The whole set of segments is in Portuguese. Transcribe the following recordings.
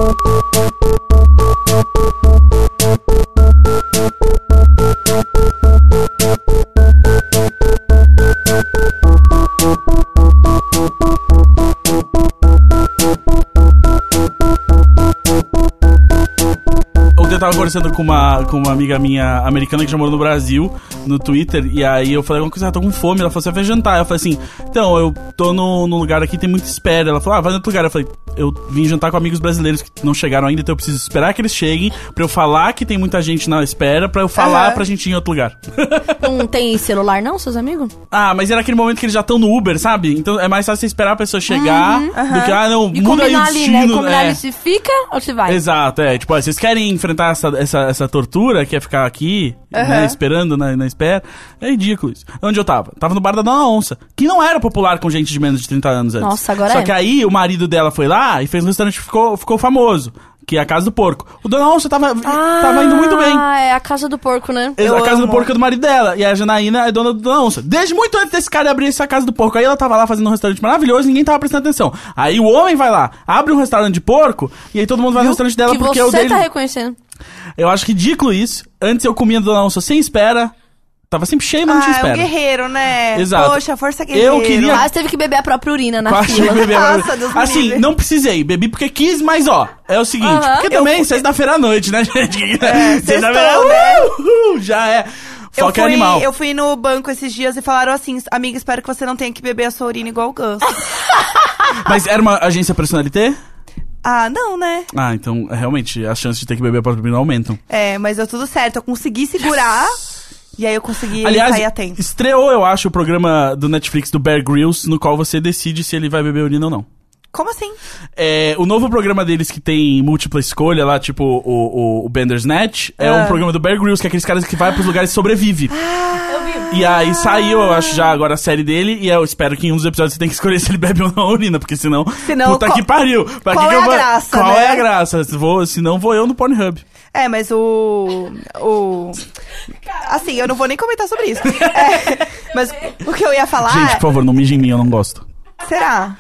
Eu tava conversando com uma amiga minha americana que já morou no Brasil, no Twitter, e aí eu falei alguma coisa, tô com fome, ela falou, você vai jantar? Eu falei assim, então, eu tô num lugar aqui, tem muita espera. Ela falou, vai no outro lugar. Eu falei, eu vim jantar com amigos brasileiros que não chegaram ainda, então eu preciso esperar que eles cheguem, pra eu falar que tem muita gente na espera, pra eu falar pra gente ir em outro lugar. Não tem celular não, seus amigos? Ah, mas era aquele momento que eles já estão no Uber, sabe? Então é mais fácil você esperar a pessoa chegar do que, não, e muda aí o ali, destino. né? Combinar ali se fica ou se vai? Exato, tipo, vocês querem enfrentar essa tortura, que é ficar aqui, né, esperando na espera. É ridículo isso. Onde eu tava? Tava no bar da Dona Onça, que não era popular com gente de menos de 30 anos antes. Nossa, agora Só que aí o marido dela foi lá e fez um restaurante que ficou famoso, que é a Casa do Porco. O Dona Onça tava indo muito bem. Ah, é a Casa do Porco, né? A Casa do Porco é do marido dela. E a Janaína é dona do Dona Onça. Desde muito antes desse cara abrir essa Casa do Porco. Aí ela tava lá fazendo um restaurante maravilhoso e ninguém tava prestando atenção. Aí o homem vai lá, abre um restaurante de porco e aí todo mundo vai no restaurante dela que porque é o dele. Você tá reconhecendo. Eu acho ridículo isso. Antes eu comia do Dona Onça sem espera. Tava sempre cheio, mas não tinha espera. É um guerreiro, né? Exato. Poxa, força guerreiro. Eu queria... Quase teve que beber a própria urina na fila. Nossa, Deus me assim, livre. não precisei. Bebi porque quis, mas é o seguinte. Porque também, sexta-feira à noite, né, gente? Sexta-feira, né? já é. Foca é animal. Eu fui no banco esses dias e falaram assim, amiga, espero que você não tenha que beber a sua urina igual o Gus. Mas era uma agência personalité? Ah, não, né? Ah, então, realmente, as chances de ter que beber a própria urina aumentam. É, mas deu tudo certo. Eu consegui segurar... E aí eu consegui sair a tempo. Estreou, eu acho, o programa do Netflix do Bear Grylls, no qual você decide se ele vai beber urina ou não. Como assim? O novo programa deles que tem múltipla escolha lá, tipo o Bandersnatch, é um programa do Bear Grylls, que é aqueles caras que vai pros lugares e sobrevive. Eu vi. E aí saiu, eu acho, já agora a série dele, e eu espero que em um dos episódios você tenha que escolher se ele bebe ou não a urina, porque senão puta que pariu. Qual é a graça, Qual né? é a graça? Senão vou eu no Pornhub. Mas assim, eu não vou nem comentar sobre isso. Mas o que eu ia falar... Gente, por favor, não mije em mim, eu não gosto. Será?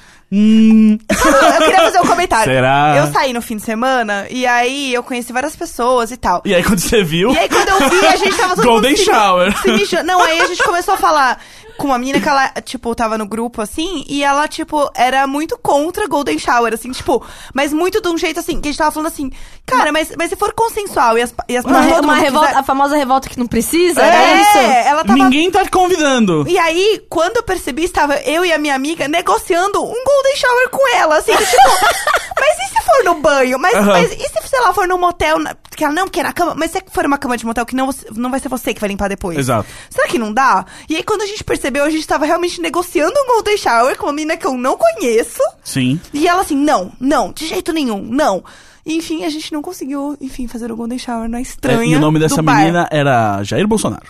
Eu queria fazer um comentário. Será? Eu saí no fim de semana e aí eu conheci várias pessoas e tal. E aí quando você viu... E aí quando eu vi, a gente tava todo Golden mundo Shower. se mijando. Não, aí a gente começou a falar com uma menina que ela, tipo, tava no grupo, assim, e ela, tipo, era muito contra Golden Shower, assim, tipo, mas muito de um jeito, assim, que a gente tava falando assim, cara, mas se for consensual e as uma revolta, a famosa revolta que não precisa, é isso? Ela tava... Ninguém tá te convidando. E aí, quando eu percebi, estava eu e a minha amiga negociando um Golden Shower com ela, assim, tipo... Mas e se for no banho? Mas e se, sei lá, for no motel... Que ela não quer na cama, mas se for uma cama de motel que não vai ser você que vai limpar depois. Exato. Será que não dá? E aí, quando a gente percebeu, a gente tava realmente negociando um Golden Shower com uma menina que eu não conheço. Sim. E ela assim, não, de jeito nenhum, não. E, enfim, a gente não conseguiu, fazer o Golden Shower na estranha. E o nome dessa menina era Jair Bolsonaro.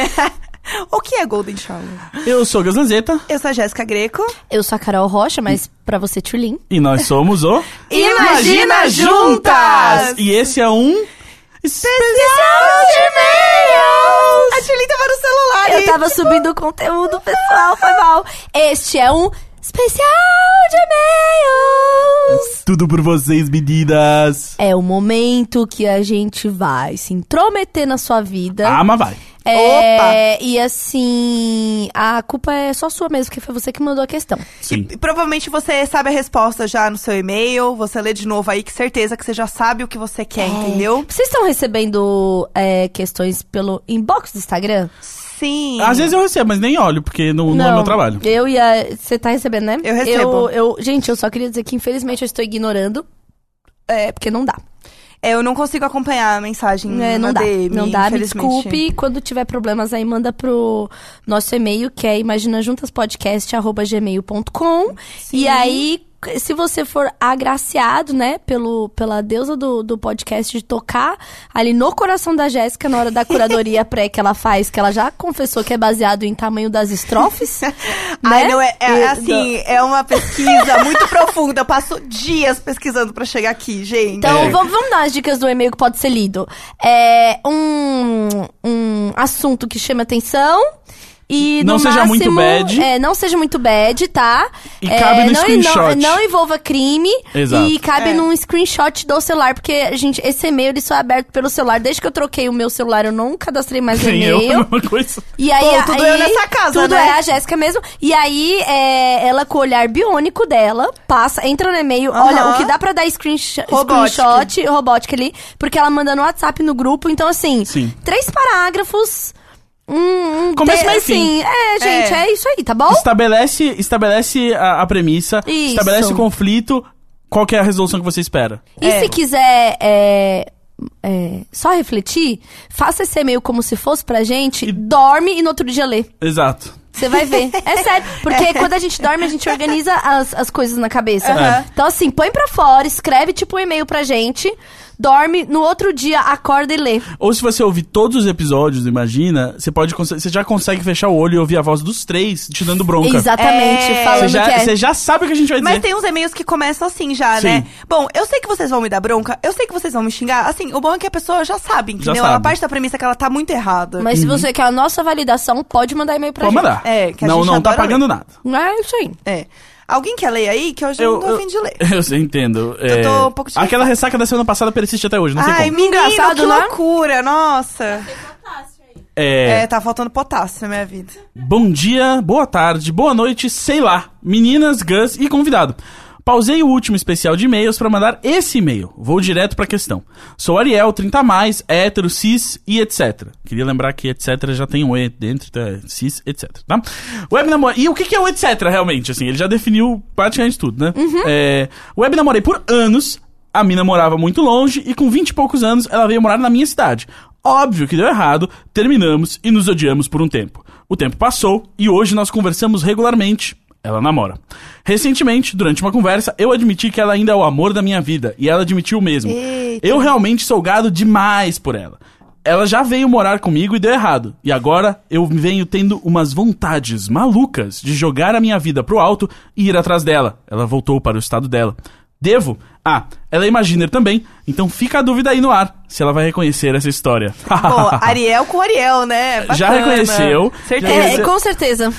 O que é Golden Shower? Eu sou o Gus Lanzetta. Eu sou a Jéssica Greco. Eu sou a Carol Rocha, mas pra você, Tchulin. E nós somos o... Imagina Juntas! E esse é um... Especial de e-mails! A Tchulin tava no celular. Eu tava subindo o conteúdo, pessoal, foi mal. Este é um... Especial de e-mails! Tudo por vocês, meninas! É o momento que a gente vai se intrometer na sua vida. Ah, mas vai! Opa! E assim, a culpa é só sua mesmo, porque foi você que mandou a questão. Sim. E provavelmente você sabe a resposta já no seu e-mail. Você lê de novo aí, que certeza que você já sabe o que você quer, entendeu? Vocês estão recebendo questões pelo inbox do Instagram? Sim. Às vezes eu recebo, mas nem olho, porque não é meu trabalho. Você tá recebendo, né? Eu recebo. Gente, eu só queria dizer que infelizmente eu estou ignorando. Porque não dá. Eu não consigo acompanhar a mensagem não dá. DM, Não dá, me infelizmente. desculpe. Quando tiver problemas aí, manda pro nosso e-mail, que é imaginajuntaspodcast@gmail.com. E aí, se você for agraciado, né, pela deusa do podcast de tocar ali no coração da Jéssica na hora da curadoria pré que ela faz, que ela já confessou que é baseado em tamanho das estrofes. Ai, né? não, assim, é uma pesquisa muito profunda. Eu passo dias pesquisando pra chegar aqui, gente. Então, vamos dar as dicas do e-mail que pode ser lido. É um assunto que chama atenção E Não no seja máximo, muito bad. Não seja muito bad, tá? E cabe no screenshot. Não envolva crime. Exato. E cabe num screenshot do celular. Porque, gente, esse e-mail ele só é aberto pelo celular. Desde que eu troquei o meu celular, eu não cadastrei mais o Nem e-mail. eu, a mesma coisa. E aí, Bom, tudo eu nessa casa, tudo né? é a Jéssica mesmo. E aí, ela com o olhar biônico dela, entra no e-mail, olha, o que dá pra dar screenshot robótica ali, porque ela manda no WhatsApp, no grupo. Então, assim, Sim. 3 parágrafos... Começo, meio e assim, fim. gente, é isso aí, tá bom? Estabelece a premissa, Isso. estabelece o conflito, qual que é a resolução que você espera. E se quiser só refletir, faça esse e-mail como se fosse pra gente, dorme e no outro dia lê. Exato. Você vai ver. É sério. Porque quando a gente dorme, a gente organiza as coisas na cabeça. Uhum. Então, assim, põe pra fora, escreve tipo um e-mail pra gente, dorme, no outro dia acorda e lê. Ou se você ouvir todos os episódios, imagina, você já consegue fechar o olho e ouvir a voz dos 3 te dando bronca. Exatamente, falando Você já sabe o que a gente vai dizer. Mas tem uns e-mails que começam assim já, Sim. né? Bom, eu sei que vocês vão me dar bronca, eu sei que vocês vão me xingar. Assim, o bom é que a pessoa já sabe, entendeu? Já sabe. Ela parte da premissa que ela tá muito errada. Mas se você quer a nossa validação, pode mandar e-mail pra Pode gente. mandar. Que a não gente tá adora pagando nada. É isso aí. Alguém quer ler aí? Que hoje eu não tô a fim de ler. Eu entendo. Eu tô um pouco de Aquela ressaca da semana passada persiste até hoje, não sei Ai, como. menino, Engraçado, que né? loucura, nossa. Tá faltando potássio na minha vida. Bom dia, boa tarde, boa noite, sei lá. Meninas, Gus e convidado. Pausei o último especial de e-mails pra mandar esse e-mail. Vou direto pra questão. Sou Ariel, 30+, hétero, cis e etc. Queria lembrar que etc já tem um E dentro, então é cis, etc, tá? Web namorei... E o que é o etc realmente? Assim, ele já definiu praticamente tudo, né? Web namorei por anos, a mina morava muito longe e com 20 e poucos anos ela veio morar na minha cidade. Óbvio que deu errado, terminamos e nos odiamos por um tempo. O tempo passou e hoje nós conversamos regularmente. Ela namora. Recentemente, durante uma conversa, eu admiti que ela ainda é o amor da minha vida. E ela admitiu o mesmo. Eita. Eu realmente sou gado demais por ela. Ela já veio morar comigo e deu errado. E agora eu venho tendo umas vontades malucas de jogar a minha vida pro alto e ir atrás dela. Ela voltou para o estado dela. Devo? Ela é imaginer também, então fica a dúvida aí no ar, se ela vai reconhecer essa história. Pô, Ariel com Ariel, né? Bacana. Já reconheceu. Certeza. Com certeza.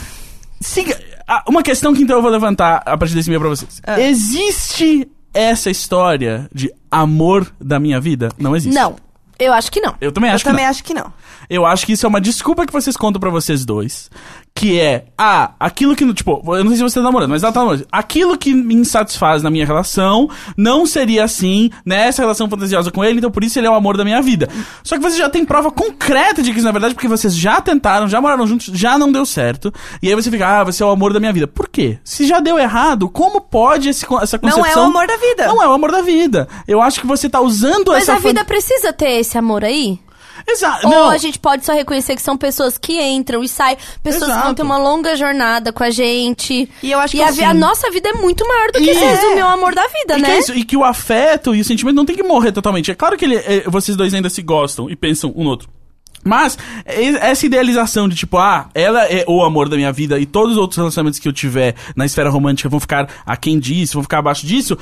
Uma questão que então eu vou levantar a partir desse e-mail pra vocês. Existe essa história de amor da minha vida? Não existe. Não, eu acho que não. Eu também acho que não. acho que não. Eu acho que isso é uma desculpa que vocês contam pra vocês dois. Que é, aquilo que, tipo, eu não sei se você tá namorando, mas ela tá namorando. Aquilo que me insatisfaz na minha relação não seria assim, nessa relação fantasiosa com ele, então por isso ele é o amor da minha vida. Só que você já tem prova concreta de que isso na verdade, porque vocês já tentaram, já moraram juntos, já não deu certo. E aí você fica, você é o amor da minha vida. Por quê? Se já deu errado, como pode essa concepção... Não é o amor da vida. Não é o amor da vida. Eu acho que você tá usando Mas essa... a vida precisa ter esse amor aí? Exato. Ou Não. a gente pode só reconhecer que são pessoas que entram e saem, pessoas que vão Exato. ter uma longa jornada com a gente. E eu acho que a nossa vida é muito maior do que o meu amor da vida, E né? que é isso, e que o afeto e o sentimento não tem que morrer totalmente. É claro que vocês dois ainda se gostam e pensam um no outro. Mas, essa idealização de tipo, ela é o amor da minha vida e todos os outros relacionamentos que eu tiver na esfera romântica vão ficar aquém disso, vão ficar abaixo disso,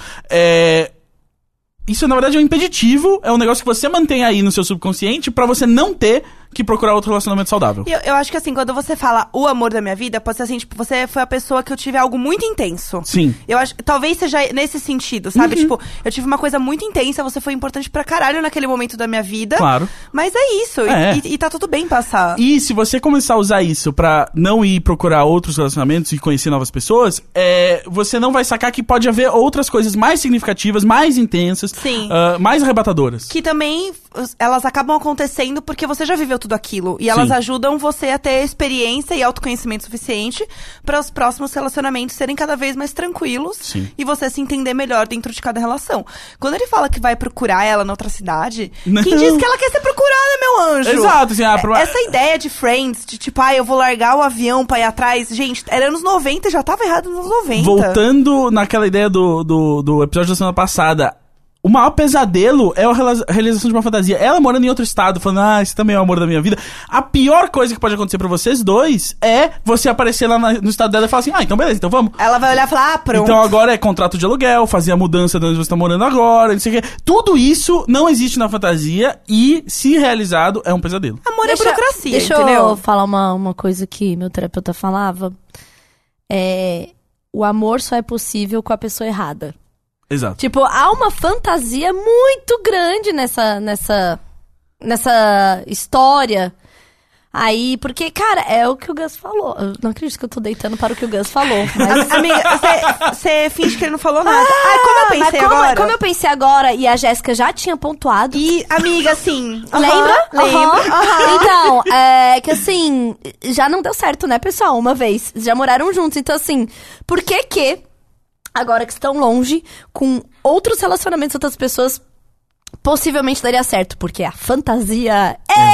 isso, na verdade, é um impeditivo, é um negócio que você mantém aí no seu subconsciente pra você não ter que procurar outro relacionamento saudável. Eu acho que assim, quando você fala o amor da minha vida, pode ser assim, tipo, você foi a pessoa que eu tive algo muito intenso. Sim. Eu acho, talvez seja nesse sentido, sabe? Tipo, eu tive uma coisa muito intensa, você foi importante pra caralho naquele momento da minha vida. Claro. Mas é isso, e tá tudo bem passar. E se você começar a usar isso pra não ir procurar outros relacionamentos e conhecer novas pessoas, você não vai sacar que pode haver outras coisas mais significativas, mais intensas, Sim. Mais arrebatadoras. Que também, elas acabam acontecendo porque você já viveu tudo aquilo. E elas Sim. ajudam você a ter experiência e autoconhecimento suficiente para os próximos relacionamentos serem cada vez mais tranquilos. Sim. E você se entender melhor dentro de cada relação. Quando ele fala que vai procurar ela na outra cidade, Não. quem diz que ela quer ser procurada, meu anjo? Exato, assim, Essa ideia de Friends, de tipo, eu vou largar o avião pra ir atrás. Gente, era anos 90, já tava errado nos anos 90. Voltando naquela ideia do episódio da semana passada, O maior pesadelo é a realização de uma fantasia. Ela morando em outro estado, falando, esse também é o amor da minha vida. A pior coisa que pode acontecer pra vocês dois é você aparecer lá no estado dela e falar assim, então beleza, então vamos. Ela vai olhar e falar, pronto. Então agora é contrato de aluguel, fazer a mudança de onde você tá morando agora, não sei o quê. Tudo isso não existe na fantasia e, se realizado, é um pesadelo. Amor é burocracia, deixa entendeu? eu falar uma coisa que meu terapeuta falava. O amor só é possível com a pessoa errada. Exato. Tipo, há uma fantasia muito grande nessa história. Aí, porque, cara, é o que o Gus falou. Eu não acredito que eu tô deitando para o que o Gus falou. Mas... Amiga, você finge que ele não falou nada. Como eu pensei agora? Como eu pensei agora, e a Jéssica já tinha pontuado. E, amiga, assim... Lembra? Lembro. Então, que assim, já não deu certo, né, pessoal? Uma vez. Já moraram juntos. Então, assim, por que agora que estão longe, com outros relacionamentos, outras pessoas, possivelmente daria certo? Porque a fantasia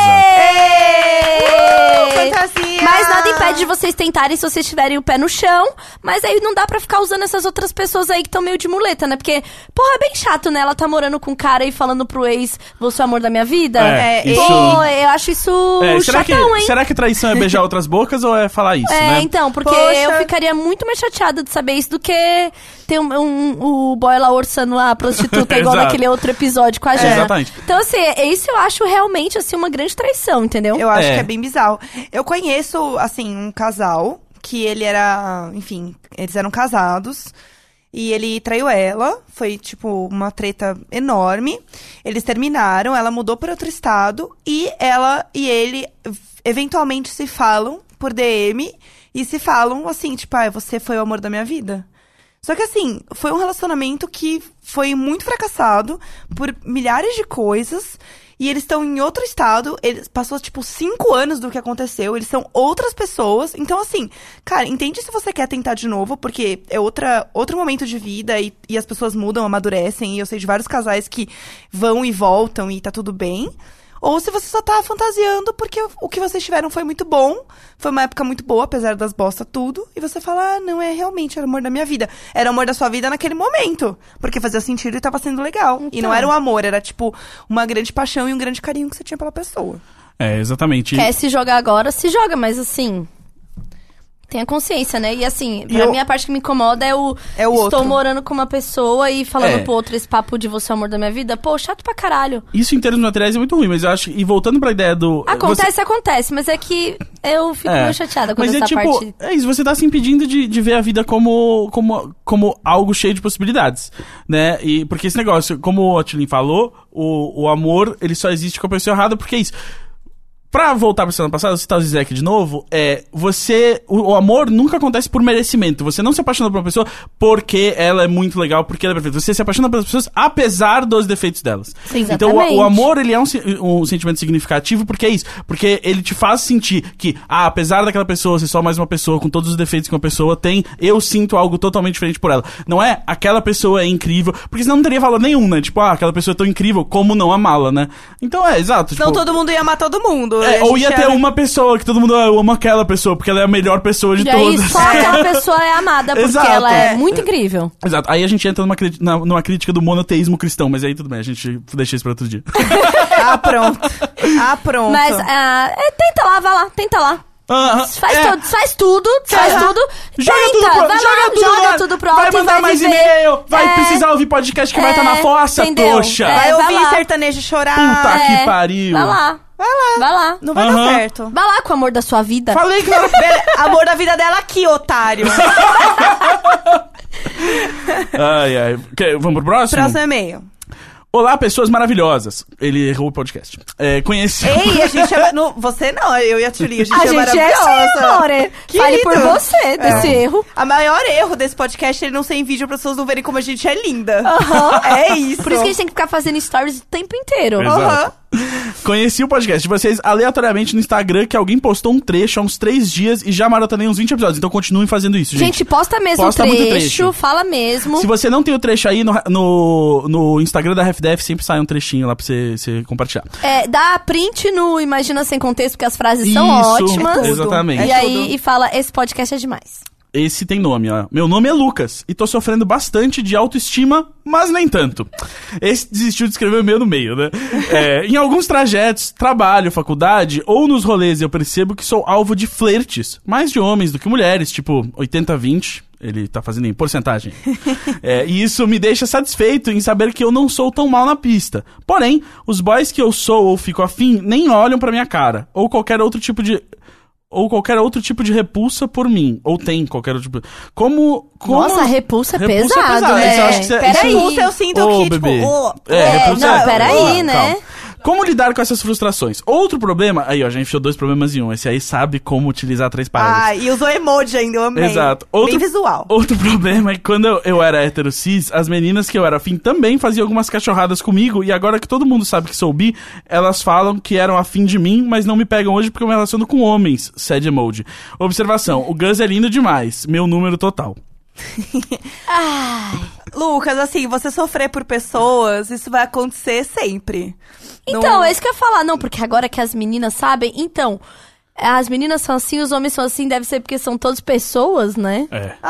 fantasia! Mas nada impede de vocês tentarem se vocês tiverem o pé no chão. Mas aí não dá pra ficar usando essas outras pessoas aí que estão meio de muleta, né? Porque, porra, é bem chato, né? Ela tá morando com um cara e falando pro ex, você é o amor da minha vida. Pô, eu acho isso chatão, hein? Será que traição é beijar outras bocas ou é falar isso, né? Então, porque eu ficaria muito mais chateada de saber isso do que ter o boy lá orçando a prostituta igual naquele outro episódio com a Jana. Exatamente. Então, assim, isso eu acho realmente, assim, uma grande traição, entendeu? Eu acho que é bem bizarro. Eu conheço, assim, um casal que ele era... Enfim, eles eram casados e ele traiu ela. Foi, tipo, uma treta enorme. Eles terminaram, ela mudou para outro estado e ela e ele eventualmente se falam por DM e se falam, assim, tipo, você foi o amor da minha vida. Só que, assim, foi um relacionamento que foi muito fracassado por milhares de coisas. E eles estão em outro estado. Passou, tipo, 5 anos do que aconteceu. Eles são outras pessoas. Então, assim, cara, entende se você quer tentar de novo. Porque é outro momento de vida. E as pessoas mudam, amadurecem. E eu sei de vários casais que vão e voltam e tá tudo bem. Ou se você só tá fantasiando porque o que vocês tiveram foi muito bom. Foi uma época muito boa, apesar das bosta tudo. E você fala, não, realmente, era o amor da minha vida. Era o amor da sua vida naquele momento. Porque fazia sentido e tava sendo legal. Então. E não era um amor, era tipo uma grande paixão e um grande carinho que você tinha pela pessoa. Exatamente. Quer se jogar agora, se joga, mas assim... Tenha consciência, né? E assim, pra mim a parte que me incomoda é o estou outro. Morando com uma pessoa e falando pro outro esse papo de você é o amor da minha vida. Pô, chato pra caralho. Isso em termos materiais é muito ruim, mas eu acho... E voltando pra ideia do... Acontece, mas é que eu fico meio chateada com essa parte. É isso, você tá se impedindo de ver a vida como algo cheio de possibilidades, né? E porque esse negócio, como o Otilin falou, o amor, ele só existe com a pessoa errada, porque é isso... Pra voltar pra semana passada, citar o Zizek de novo, o amor nunca acontece por merecimento. Você não se apaixona por uma pessoa porque ela é muito legal, porque ela é perfeita. Você se apaixona pelas pessoas apesar dos defeitos delas. Sim, então o amor, ele é um sentimento significativo porque é isso. Porque ele te faz sentir que, apesar daquela pessoa ser só mais uma pessoa, com todos os defeitos que uma pessoa tem, eu sinto algo totalmente diferente por ela. Não é aquela pessoa é incrível, porque senão não teria valor nenhum, né? Tipo, aquela pessoa é tão incrível, como não amá-la, né? Então exato. Não, todo mundo ia amar todo mundo. Ou ia ter uma pessoa que todo mundo ama aquela pessoa, porque ela é a melhor pessoa de todas. Só aquela pessoa é amada, porque ela é muito incrível. Exato. Aí a gente entra numa crítica do monoteísmo cristão, mas aí tudo bem, a gente deixa isso pra outro dia. Pronto. Mas tenta lá, vai lá, tenta lá. Faz tudo. Joga tudo pro alto. Vai mandar mais e-mail, vai precisar ouvir podcast que vai estar na fossa, trouxa. Vai ouvir sertanejo chorar. Puta que pariu. Vai lá. Não vai dar certo. Vai lá com o amor da sua vida. Falei que não era... Amor da vida dela aqui, otário. Vamos pro próximo? Próximo e-mail. Olá, pessoas maravilhosas. Ele errou o podcast. Conheci... Ei, a gente é... Você não, eu e a Tchulinha, a gente é maravilhosa. Fale por você desse erro. A maior erro desse podcast é ele não ser em vídeo para as pessoas não verem como a gente é linda. É isso. Por isso que a gente tem que ficar fazendo stories o tempo inteiro. Conheci o podcast de vocês aleatoriamente no Instagram, que alguém postou um trecho há uns 3 dias e já maratonei uns 20 episódios. Então continuem fazendo isso, gente. Gente, posta mesmo o trecho, fala mesmo. Se você não tem o trecho aí, no Instagram da RefDef sempre sai um trechinho lá pra você compartilhar. Dá print no Imagina Sem Contexto, porque as frases são ótimas. Exatamente. E aí fala, esse podcast é demais. Esse tem nome, ó. Meu nome é Lucas e tô sofrendo bastante de autoestima, mas nem tanto. Esse desistiu de escrever o meu no meio, né? Em alguns trajetos, trabalho, faculdade ou nos rolês eu percebo que sou alvo de flertes, mais de homens do que mulheres, tipo 80-20. Ele tá fazendo em porcentagem. E isso me deixa satisfeito em saber que eu não sou tão mal na pista. Porém, os boys que eu sou ou fico afim nem olham pra minha cara. Ou qualquer outro tipo de repulsa por mim. Ou tem qualquer outro tipo... Nossa, repulsa é repulsa pesado, né? né? Eu acho que Peraí. Repulsa eu sinto que, bebê. tipo... repulsa não, peraí, né? Calma. Como lidar com essas frustrações? Outro problema... Aí, ó, já enfiou 2 problemas em um. Esse aí sabe como utilizar 3 palavras. E usou emoji ainda, eu amei. Exato. Bem visual. Outro problema é que quando eu era hétero cis, as meninas que eu era afim também faziam algumas cachorradas comigo, e agora que todo mundo sabe que sou bi, elas falam que eram afim de mim, mas não me pegam hoje porque eu me relaciono com homens. Sad emoji. Observação. O Gus é lindo demais. Meu número total. Lucas, assim, você sofrer por pessoas, isso vai acontecer sempre. Então, é isso que eu ia falar. Não, porque agora que as meninas sabem... Então, as meninas são assim, os homens são assim, deve ser porque são todos pessoas, né?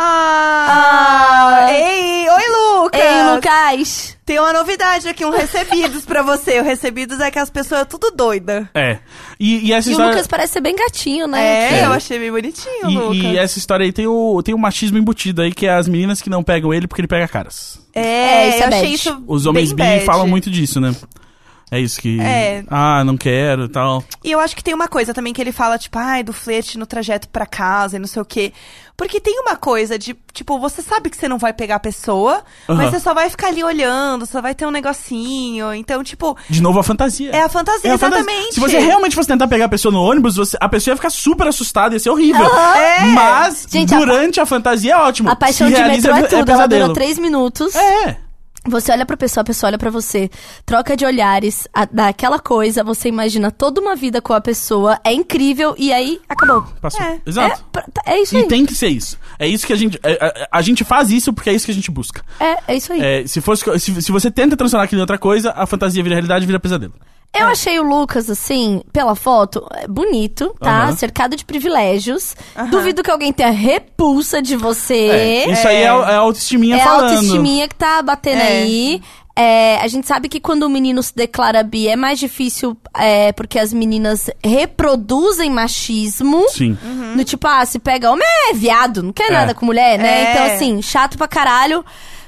Ei, oi, Lucas! Ei, Lucas! Tem uma novidade aqui, um recebidos pra você. O recebidos é que as pessoas tudo doida. E essa E o história... Lucas parece ser bem gatinho, né? Eu achei bem bonitinho, Lucas. E essa história aí tem o machismo embutido aí, que é as meninas que não pegam ele porque ele pega caras. Isso eu é achei bad. isso Os homens bem bi bad. falam muito disso, né? É isso que... não quero e tal. E eu acho que tem uma coisa também que ele fala, tipo, do flerte no trajeto pra casa e não sei o quê. Porque tem uma coisa de, tipo, você sabe que você não vai pegar a pessoa, mas você só vai ficar ali olhando, só vai ter um negocinho. Então, tipo... De novo, a fantasia. É a fantasia, exatamente. Se você realmente fosse tentar pegar a pessoa no ônibus, a pessoa ia ficar super assustada, ia ser horrível. Mas, Gente, durante a fantasia é ótimo. A paixão Se de realiza, metrô é tudo. Ela pesadelo. dura 3 minutos. Você olha pra pessoa, a pessoa olha pra você. Troca de olhares, daquela coisa, você imagina toda uma vida com a pessoa. É incrível e aí, acabou. Passou. Exato. É isso aí. E tem que ser isso. É isso que a gente... A gente faz isso porque é isso que a gente busca. É isso aí. Se você tenta transformar aquilo em outra coisa, a fantasia vira realidade e vira pesadelo. Eu achei o Lucas, assim, pela foto, bonito, tá? Aham. Cercado de privilégios. Duvido que alguém tenha repulsa de você. Isso aí é a autoestiminha falando. É a autoestiminha que tá batendo aí. A gente sabe que quando o menino se declara bi é mais difícil porque as meninas reproduzem machismo. Sim. No tipo, se pega homem é viado, não quer nada com mulher, né? Então, assim, chato pra caralho.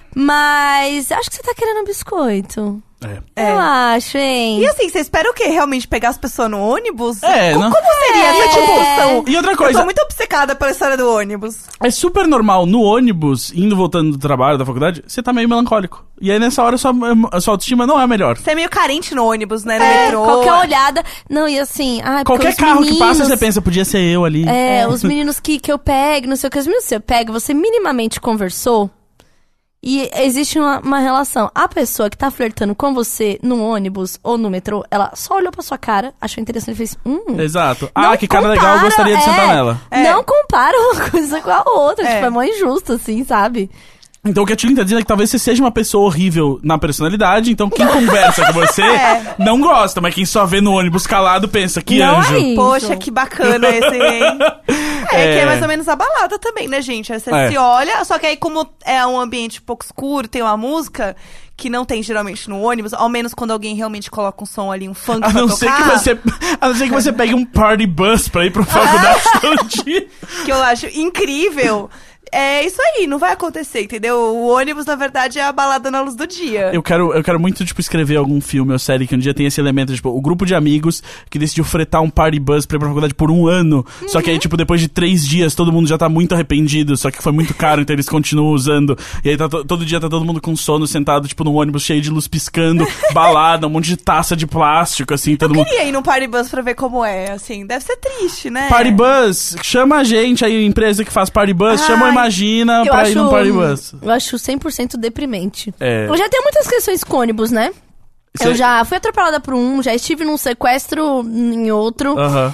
Mas acho que você tá querendo um biscoito. Eu acho, hein? E assim, você espera o quê? Realmente pegar as pessoas no ônibus? Não. Como seria essa discussão? E outra Eu coisa... tô muito obcecada pela história do ônibus. É super normal, no ônibus, indo voltando do trabalho, da faculdade, você tá meio melancólico. E aí, nessa hora, a sua autoestima não é a melhor. Você é meio carente no ônibus, né? No metrô. Qualquer olhada... Não, e assim... Qualquer carro que passa, você pensa, podia ser eu ali. Os meninos que eu pego, não sei o que. Os meninos que eu pego, você minimamente conversou... E existe uma relação. A pessoa que tá flertando com você no ônibus ou no metrô, ela só olhou pra sua cara, achou interessante e fez... Exato. Não que cara compara, legal, eu gostaria de sentar nela. Não compara uma coisa com a outra. Tipo, é mó injusto, assim, sabe? Então o que a Tilly tá dizendo é que talvez você seja uma pessoa horrível na personalidade, então quem conversa com você não gosta, mas quem só vê no ônibus calado pensa, que Não anjo. é isso. Poxa, que bacana esse, hein? Que é mais ou menos a balada também, né, gente? Aí você se olha, só que aí como é um ambiente um pouco escuro, tem uma música que não tem geralmente no ônibus, ao menos quando alguém realmente coloca um som ali, um funk pra tocar. A não ser que você pegue um party bus pra ir pra faculdade todo dia. Que eu acho incrível. É isso aí, não vai acontecer, entendeu? O ônibus, na verdade, é a balada na luz do dia. Eu quero muito, tipo, escrever algum filme ou série que um dia tenha esse elemento, tipo, o grupo de amigos que decidiu fretar um party bus pra ir pra faculdade por 1 ano. Só que aí, tipo, depois de 3 dias, todo mundo já tá muito arrependido, só que foi muito caro, então eles continuam usando. E aí, todo dia tá todo mundo com sono, sentado, tipo, num ônibus cheio de luz piscando, balada, um monte de taça de plástico, assim, todo mundo... Eu queria ir num party bus pra ver como é, assim, deve ser triste, né? Party bus, chama a gente aí, empresa que faz party bus, chama a Imagina pra ir num party bus. Eu acho 100% deprimente. É. Eu já tenho muitas questões com ônibus, né? Eu já fui atropelada por um, já estive num sequestro em outro,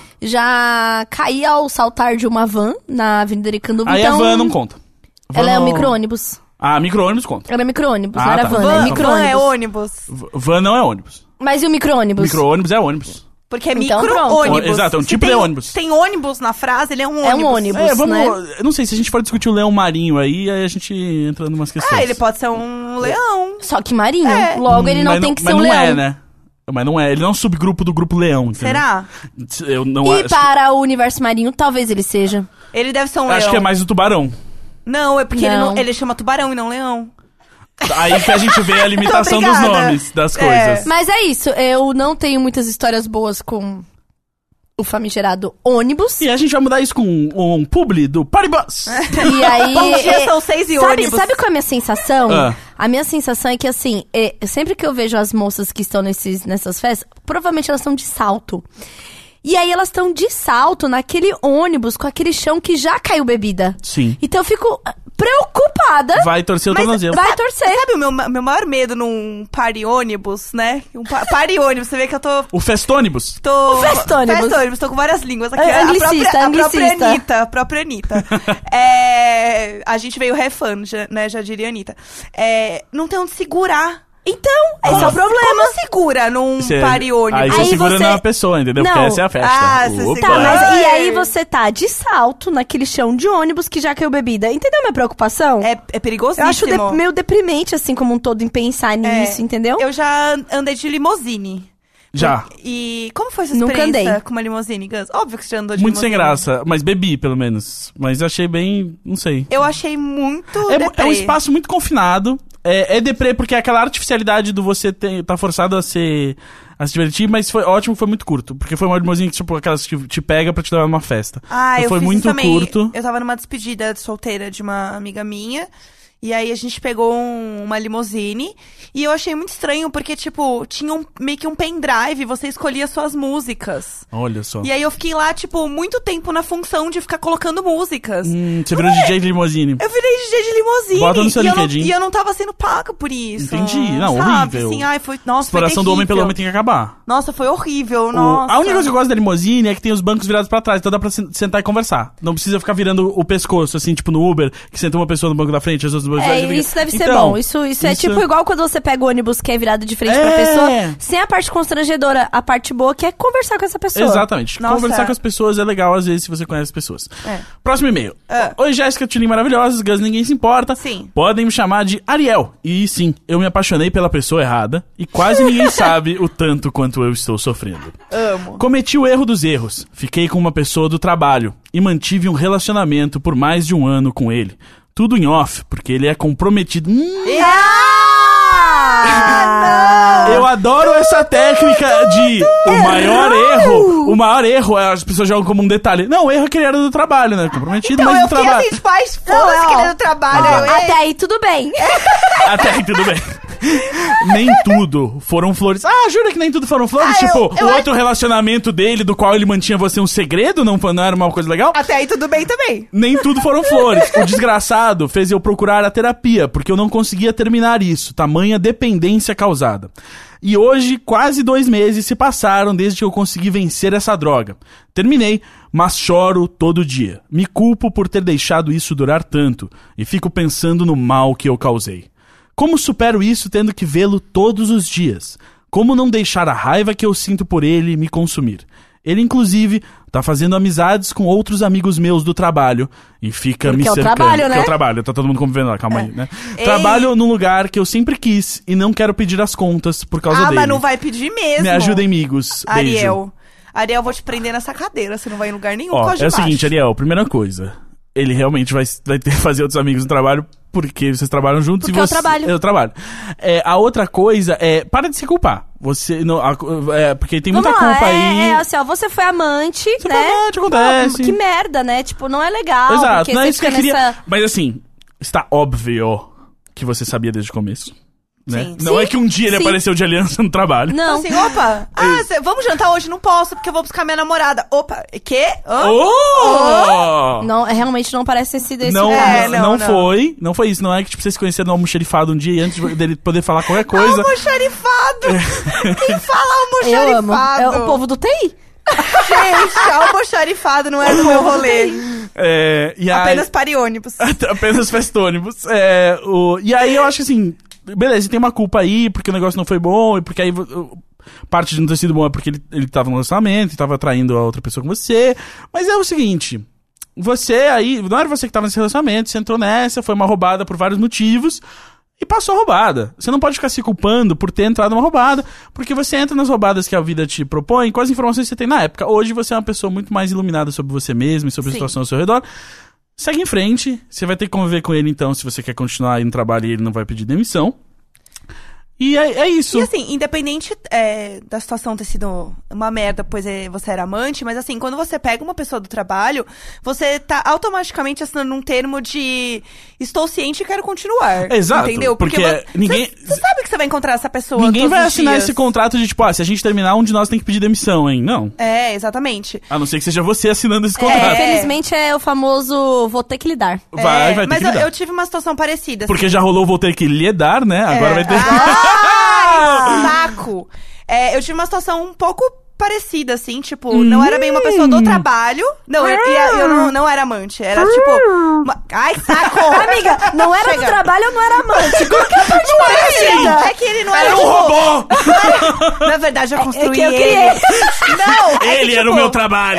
já caí ao saltar de uma van na Avenida Aricanduva. Aí então, a van não conta. Ela é um micro-ônibus. Micro-ônibus conta. Era micro-ônibus, Ah, não era tá. van, Van é é micro-ônibus. ônibus. Van não é ônibus. Mas e o micro-ônibus? Micro-ônibus é ônibus. Porque é Então, micro-ônibus. Exato, é um Se tipo de ônibus. Tem ônibus na frase, ele é um ônibus. É um ônibus, vamos... né? Eu não sei, se a gente for discutir o leão marinho aí a gente entra numas questões. Ele pode ser um leão. Só que marinho. É. Logo, ele não tem que ser um mas leão. não é, né? Mas não é, ele não é um subgrupo do grupo leão, entendeu? Será? Eu não E acho. para o universo marinho, talvez ele seja. Ele deve ser um Eu leão. acho que é mais o tubarão. Não, é porque Não. ele chama tubarão e não leão. Aí que a gente vê a limitação dos Obrigada. nomes das coisas. Mas é isso, eu não tenho muitas histórias boas com o famigerado ônibus. E a gente vai mudar isso com um publi do Party Bus. E aí. Bom dia, são 6 e ônibus. Sabe qual é a minha sensação? Ah. A minha sensação é que, assim, sempre que eu vejo as moças que estão nessas festas, provavelmente elas estão de salto. E aí elas estão de salto naquele ônibus com aquele chão que já caiu bebida. Sim. Então eu fico preocupada. Vai torcer o tornozelo. Vai torcer. Sabe o meu maior medo num party-ônibus, né? Party-ônibus, você vê que eu tô... O festônibus. O festônibus. Festônibus, tô com várias línguas aqui. É, anglicista, anglicista. A própria Anitta. A gente veio refã, né? Já diria a Anitta. Não tem onde segurar. Então, esse é o problema. Como segura num party-ônibus? Aí você Aí segura você- numa pessoa, entendeu? Não. Porque essa é a festa. Ah, você Opa. Tá, segura. mas Ai. e aí você tá de salto naquele chão de ônibus que já caiu bebida. Entendeu a minha preocupação? É perigosíssimo. Eu acho meio deprimente, assim, como um todo, em pensar nisso, entendeu? Eu já andei de limousine. Já. E como foi sua Nunca experiência andei. com uma limousine, Gus? Óbvio que você já andou de Muito sem limousine. graça, mas bebi, pelo menos. Mas achei bem... não sei. Eu achei muito É deprê. um espaço muito confinado. É deprê, porque é aquela artificialidade do você tá forçado a se divertir, mas foi ótimo, foi muito curto. Porque foi uma limousine que, tipo, aquelas que te pega pra te levar numa festa. Ah, Então eu foi fiz muito isso também. curto. Eu tava numa despedida de solteira de uma amiga minha. E aí a gente pegou uma limousine. E eu achei muito estranho, porque, tipo, tinha meio que um pendrive, você escolhia suas músicas. Olha só. E aí eu fiquei lá, tipo, muito tempo na função de ficar colocando músicas. Você virou DJ de limousine. Eu virei DJ de limousine. Bota no seu e LinkedIn. e eu não tava sendo paga por isso. Entendi. Não, sabe? horrível. Assim, ai, foi, nossa, foi Exploração do homem pelo terrível. homem tem que acabar. Nossa, foi horrível, nossa. A única coisa que eu gosto da limousine é que tem os bancos virados pra trás, então dá pra sentar e conversar. Não precisa ficar virando o pescoço, assim, tipo no Uber, que senta uma pessoa no banco da frente, as outras no banco da frente. Isso deve ser Então, bom. Isso é tipo igual quando você pega o ônibus que é virado de frente pra pessoa, sem a parte constrangedora, a parte boa que é conversar com essa pessoa. Exatamente. Nossa, Conversar com as pessoas é legal, às vezes, se você conhece as pessoas. É. Próximo e-mail. Oi, Jéssica, Tulin maravilhosos, Gus, ninguém se importa. Sim. Podem me chamar de Ariel. E sim, eu me apaixonei pela pessoa errada e quase ninguém sabe o tanto quanto eu estou sofrendo. Amo. Cometi o erro dos erros. Fiquei com uma pessoa do trabalho e mantive um relacionamento por mais de 1 ano com ele. Tudo em off, porque ele é comprometido. Eu adoro essa técnica de o maior erro é as pessoas jogam como um detalhe. Não, o erro é que ele era do trabalho, né? Comprometido, Então, mas eu do fiquei trabalho. assim, tipo, ai, foda-se que ele é do trabalho. Até aí, tudo bem. Até aí, tudo bem. Nem tudo foram flores. Ah, jura que nem tudo foram flores? Ah, tipo, eu o outro relacionamento dele, do qual ele mantinha você um segredo, não era uma coisa legal? Até aí tudo bem também. Nem tudo foram flores. O desgraçado fez eu procurar a terapia, porque eu não conseguia terminar isso, tamanha dependência causada. E hoje, quase 2 meses se passaram desde que eu consegui vencer essa droga. Terminei, mas choro todo dia. Me culpo por ter deixado isso durar tanto, e fico pensando no mal que eu causei. Como supero isso tendo que vê-lo todos os dias? Como não deixar a raiva que eu sinto por ele me consumir? Ele, inclusive, tá fazendo amizades com outros amigos meus do trabalho e fica Porque me é o cercando. trabalho, né? Porque é o trabalho, tá todo mundo convivendo lá, calma aí, né? Ei. Trabalho num lugar que eu sempre quis e não quero pedir as contas por causa dele. Mas não vai pedir mesmo. Me ajudem, amigos. Beijo. Ariel, vou te prender nessa cadeira, você não vai em lugar nenhum. Ó, código é o baixo. seguinte, Ariel, primeira coisa. Ele realmente vai ter que fazer outros amigos no trabalho porque vocês trabalham juntos Porque e é o você... trabalho. É o trabalho. A outra coisa é... Para de se culpar. Você... Não, porque tem muita Vamos lá, culpa aí... assim, ó, você foi amante, Você né? foi amante, acontece. Pô, que merda, né? Tipo, não é legal. Exato, porque não é você isso que eu fica queria... nessa... Mas assim, está óbvio que você sabia desde o começo. Né? Sim. Não Sim, é que um dia ele sim. apareceu de aliança no trabalho. Não. Assim, opa, vamos jantar hoje? Não posso, porque eu vou buscar minha namorada. Opa, quê? Hã? Oh! Não, realmente não parece ter sido esse Não, caso. não. não foi isso. Não é que tipo, vocês se conheceram no almoxarifado um dia e antes dele poder falar qualquer coisa. Almoxarifado! Quem fala Eu amo. almoxarifado? É o povo do TI. Gente, almoxarifado não é do meu rolê. E aí, Apenas pare ônibus. apenas festônibus. E aí eu acho que assim, beleza, tem uma culpa aí, porque o negócio não foi bom, e porque aí parte de não ter sido bom é porque ele tava no relacionamento e tava traindo a outra pessoa com você. Mas é o seguinte, você aí, não era você que tava nesse relacionamento, você entrou nessa, foi uma roubada por vários motivos e passou a roubada. Você não pode ficar se culpando por ter entrado numa roubada, porque você entra nas roubadas que a vida te propõe com as informações que você tem na época. Hoje você é uma pessoa muito mais iluminada sobre você mesmo e sobre a situação ao seu redor. Segue em frente, você vai ter que conviver com ele então, se você quer continuar aí no trabalho e ele não vai pedir demissão. E é isso. E assim, independente da situação ter sido uma merda, pois você era amante, mas assim, quando você pega uma pessoa do trabalho, você tá automaticamente assinando um termo de estou ciente e quero continuar. Exato. Entendeu? Porque ninguém... Você sabe que você vai encontrar essa pessoa Ninguém todos vai os assinar dias. esse contrato de tipo, se a gente terminar, um de nós tem que pedir demissão, hein? Não. É, exatamente. A não ser que seja você assinando esse contrato. Infelizmente é o famoso vou ter que lidar. Vai ter mas que lidar. eu tive uma situação parecida. Porque assim. já rolou, vou ter que lidar, né? Agora vai ter... Saco! Eu tive uma situação um pouco parecida, assim, tipo, não era bem uma pessoa do trabalho. Não, eu não era amante. Era tipo. Ai, saco! Amiga, não era do trabalho ou não era amante? Como que é a parte parecida? É que ele não era. Era um robô! Na verdade, eu construí que eu ele. criei. Não! É Ele que, era o tipo, meu trabalho!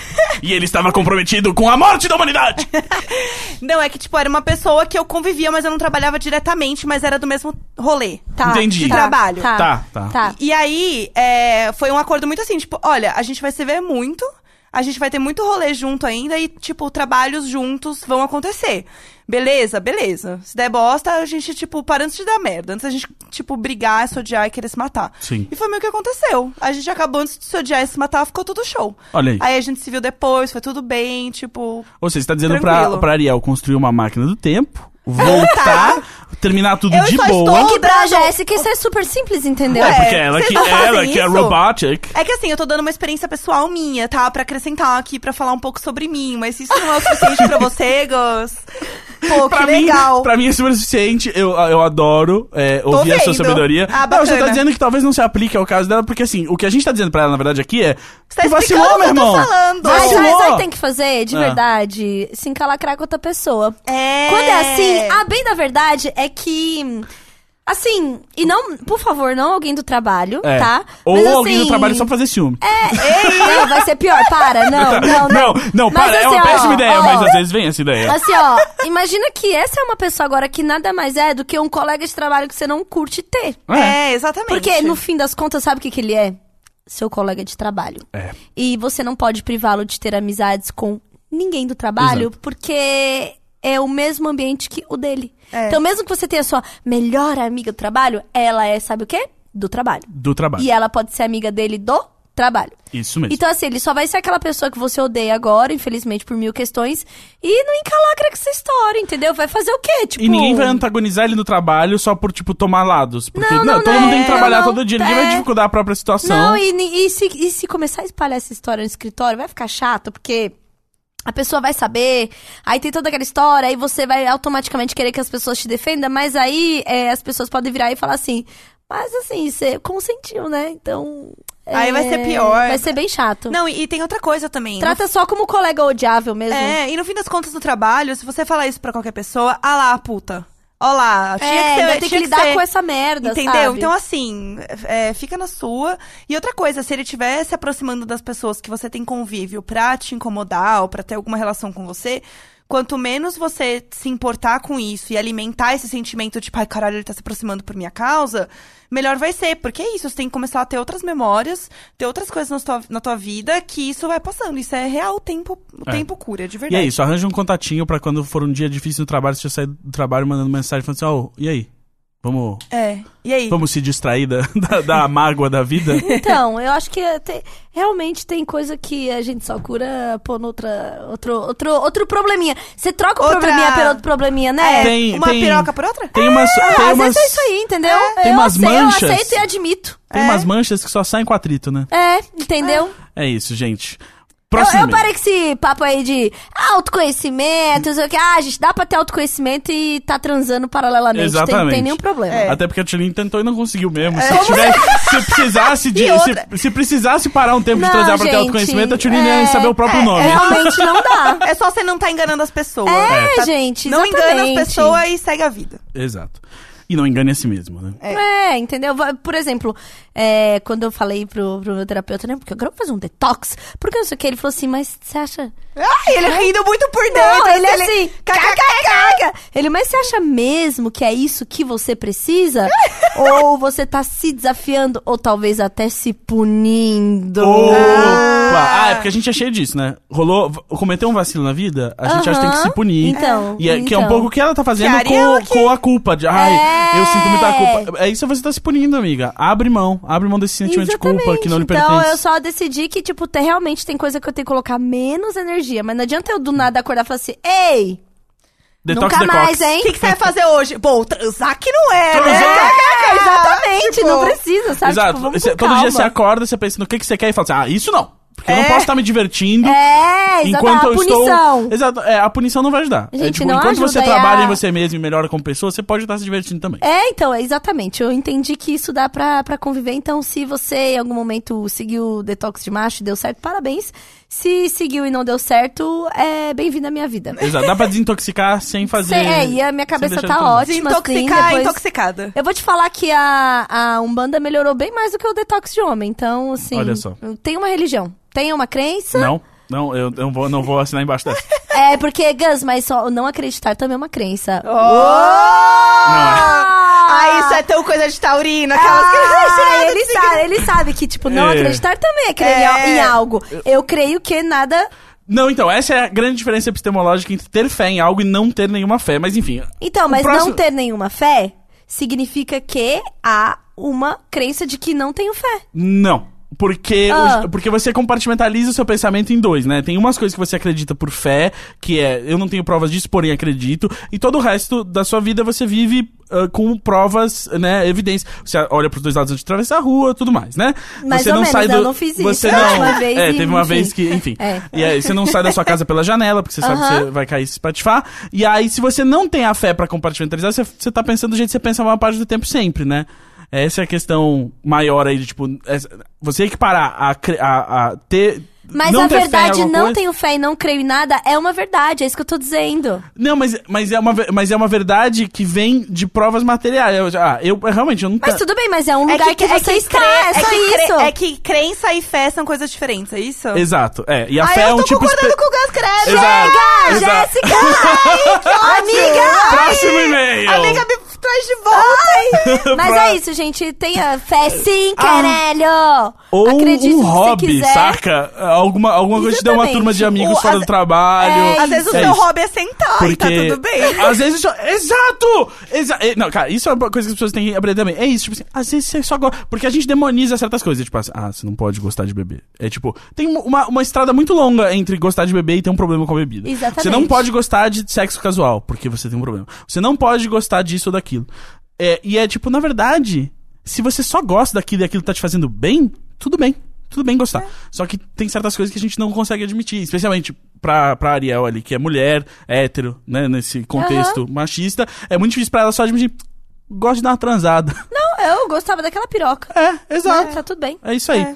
E ele estava comprometido com a morte da humanidade! Não, é que, tipo, era uma pessoa que eu convivia, mas eu não trabalhava diretamente, mas era do mesmo rolê. Tá, Entendi. De trabalho. Tá. E aí, foi um acordo muito assim, tipo, olha, a gente vai se ver muito, a gente vai ter muito rolê junto ainda e, tipo, trabalhos juntos vão acontecer. Beleza? Beleza. Se der bosta, a gente, tipo, para antes de dar merda. Antes da gente, tipo, brigar, se odiar e querer se matar. Sim. E foi meio que aconteceu. A gente acabou antes de se odiar e se matar, ficou tudo show. Olha aí. Aí a gente se viu depois, foi tudo bem, tipo... Ou seja, você tá dizendo Tranquilo. pra Ariel construir uma máquina do tempo, voltar, terminar tudo Eu de só boa. estou- Que pra Jéssica isso é super simples, entendeu? É, porque ela vocês que, não fazem ela que é isso? robotic. É que assim, eu tô dando uma experiência pessoal minha, tá? Pra acrescentar aqui, pra falar um pouco sobre mim. Mas se isso não é o suficiente pra você, Gus... Pô, que legal. Pra mim é super suficiente. Eu adoro ouvir a sua vendo. sabedoria. Ah, não, você tá bacana. dizendo que talvez não se aplique ao caso dela, porque assim, o que a gente tá dizendo pra ela, na verdade, aqui é... Você tá tu vacilou, explicando meu o que eu tô irmão. falando. Mas Vacilou. tem que fazer, de Ah. verdade, se encalacrar com outra pessoa. É. Quando é assim, a bem da verdade é que... Assim, e não, por favor, não alguém do trabalho, É. tá? Ou Mas, alguém do assim, trabalho só pra fazer ciúme. Não, vai ser pior, para, não. Para, Mas, é uma assim, péssima ó, ideia, ó, mas às vezes vem essa ideia. Assim, ó, imagina que essa é uma pessoa agora que nada mais é do que um colega de trabalho que você não curte ter. Exatamente. Porque, no fim das contas, sabe o que ele é? Seu colega de trabalho. É. E você não pode privá-lo de ter amizades com ninguém do trabalho, Exato. porque é o mesmo ambiente que o dele. É. Então, mesmo que você tenha a sua melhor amiga do trabalho, ela é, sabe o quê? Do trabalho. Do trabalho. E ela pode ser amiga dele do trabalho. Isso mesmo. Então, assim, ele só vai ser aquela pessoa que você odeia agora, infelizmente, por 1000 questões, e não encalacra com essa história, entendeu? Vai fazer o quê? Tipo... E ninguém vai antagonizar ele no trabalho só por, tipo, tomar lados. Porque Não, todo mundo tem que trabalhar não, todo dia. Ninguém vai dificultar a própria situação. Não, e se começar a espalhar essa história no escritório, vai ficar chato, porque a pessoa vai saber, aí tem toda aquela história, aí você vai automaticamente querer que as pessoas te defendam, mas aí as pessoas podem virar e falar assim, mas assim, você consentiu, né? Então... Aí vai ser pior. Vai ser bem chato. Não, e tem outra coisa também. Trata só como colega odiável mesmo. E no fim das contas, no trabalho, se você falar isso pra qualquer pessoa, ah lá, puta. Ó lá, tinha que ser... vai ter que lidar ser. com essa merda, Entendeu? sabe? Então, assim, fica na sua. E outra coisa, se ele estiver se aproximando das pessoas que você tem convívio pra te incomodar ou pra ter alguma relação com você, quanto menos você se importar com isso e alimentar esse sentimento de, ai, caralho, ele tá se aproximando por minha causa, melhor vai ser. Porque é isso, você tem que começar a ter outras memórias, ter outras coisas na tua vida, que isso vai passando. Isso é real, o tempo cura, de E verdade. é isso, arranja um contatinho pra quando for um dia difícil no trabalho, você já sair do trabalho mandando mensagem falando assim, e aí? Vamos E aí? Vamos se distrair da mágoa da vida? Então, eu acho que realmente tem coisa que a gente só cura por outro probleminha. Você troca o probleminha pelo outro probleminha, né? Uma piroca por outra? Tem umas, Às vezes é isso aí, entendeu? Tem umas manchas. Eu aceito e admito. Tem umas manchas que só saem com atrito, né? Entendeu? É isso, gente. Eu parei com esse papo aí de autoconhecimento, não sei o que. gente, dá pra ter autoconhecimento e tá transando paralelamente. Exatamente. Não tem nenhum problema. Até porque a Tulin tentou e não conseguiu mesmo. Se precisasse parar um tempo de transar pra ter autoconhecimento, a Tulin ia saber o próprio nome. Realmente não dá. É só você não tá enganando as pessoas. Gente, Não exatamente. engana as pessoas e segue a vida. Exato. E não engane a si mesmo, né? Entendeu? Por exemplo, quando eu falei pro meu terapeuta, né? Porque eu quero fazer um detox. Porque não sei o que, ele falou assim, mas você acha... Ele rindo muito por dentro. Não, ele é assim, Ele, mas você acha mesmo que é isso que você precisa? Ou você tá se desafiando, ou talvez até se punindo? Opa! É porque a gente é cheio disso, né? Cometeu um vacilo na vida, a gente acha que tem que se punir. Então, que é um pouco o que ela tá fazendo com a culpa. De, eu sinto muita culpa. É isso, você tá se punindo, amiga. Abre mão desse sentimento de culpa que não lhe pertence. Então, eu só decidi que, tipo, realmente tem coisa que eu tenho que colocar menos energia. Mas não adianta eu do nada acordar e falar assim, ei... Detox, nunca mais, hein? O que você vai fazer hoje? Bom, transar que não é, né? Exatamente, tipo... não precisa, sabe? Exato. Tipo, vamos Todo calma. dia você acorda, você pensa no que você quer e fala assim, isso não. Porque eu não posso estar me divertindo enquanto eu punição. Exato, a punição não vai ajudar. Gente, não enquanto ajuda, você trabalha em você mesmo e melhora como pessoa, você pode estar se divertindo também. Então, exatamente. Eu entendi que isso dá pra conviver. Então, se você em algum momento seguiu o detox de macho e deu certo, parabéns. Se seguiu e não deu certo, bem-vindo à minha vida. Exato, dá pra desintoxicar sem fazer... E a minha cabeça tá ótima. Desintoxicar assim, intoxicada. Eu vou te falar que a Umbanda melhorou bem mais do que o detox de homem. Então, assim... Olha só. Tem uma religião. Tem uma crença? Não, eu não vou assinar embaixo dessa. Porque, Gus, mas só não acreditar também é uma crença. Isso é tão coisa de taurino, Ele sabe que, tipo, não acreditar também é crer em algo. Eu creio que nada... Não, então, essa é a grande diferença epistemológica entre ter fé em algo e não ter nenhuma fé, mas enfim... Então, mas não ter nenhuma fé significa que há uma crença de que não tenho fé. Não. Porque você compartimentaliza o seu pensamento em dois, né? Tem umas coisas que você acredita por fé, que é, eu não tenho provas disso, porém acredito, e todo o resto da sua vida você vive com provas, né, evidências. Você olha pros dois lados antes de atravessar a rua, tudo mais, né? Mais você ou não menos, sai eu não fiz isso. Você não, uma vez teve uma vez que, enfim. E aí você não sai da sua casa pela janela, porque você sabe que você vai cair e se espatifar. E aí, se você não tem a fé pra compartimentalizar, você tá pensando do jeito que você pensa a maior parte do tempo sempre, né? Essa é a questão maior aí de, tipo, você equiparar a ter... Mas não a ter verdade, fé em não tenho fé e não creio em nada, é uma verdade, é isso que eu tô dizendo. Não, mas é uma verdade que vem de provas materiais. Eu realmente, eu não... Mas tudo bem, mas é um lugar que você está, é só isso. É que crença e fé são coisas diferentes, é isso? Exato, E a fé é um tipo... Eu tô concordando com o Gus Credo. Chega, Jéssica! Amiga! Próximo e-mail! Amiga, me traz de volta. Mas é isso, gente, tenha fé sim, caralho! Ou acredite um se hobby, quiser. Saca? Alguma coisa que te dê uma turma de amigos fora do trabalho. Às vezes o seu hobby é sentar e tá tudo bem. Às vezes... Exato! Não, cara, isso é uma coisa que as pessoas têm que aprender também. É isso, tipo assim, às vezes você só gosta... Porque a gente demoniza certas coisas. Tipo assim, você não pode gostar de beber. É tipo, tem uma estrada muito longa entre gostar de beber e ter um problema com a bebida. Exatamente. Você não pode gostar de sexo casual, porque você tem um problema. Você não pode gostar disso ou daquilo. Tipo, na verdade, se você só gosta daquilo e aquilo tá te fazendo bem, tudo bem. Tudo bem gostar. Só que tem certas coisas que a gente não consegue admitir. Especialmente pra Ariel ali, que é mulher, hétero, né? Nesse contexto machista. É muito difícil pra ela só admitir. Gosto de dar uma transada. Não, eu gostava daquela piroca. Exato. Tá tudo bem. É isso aí.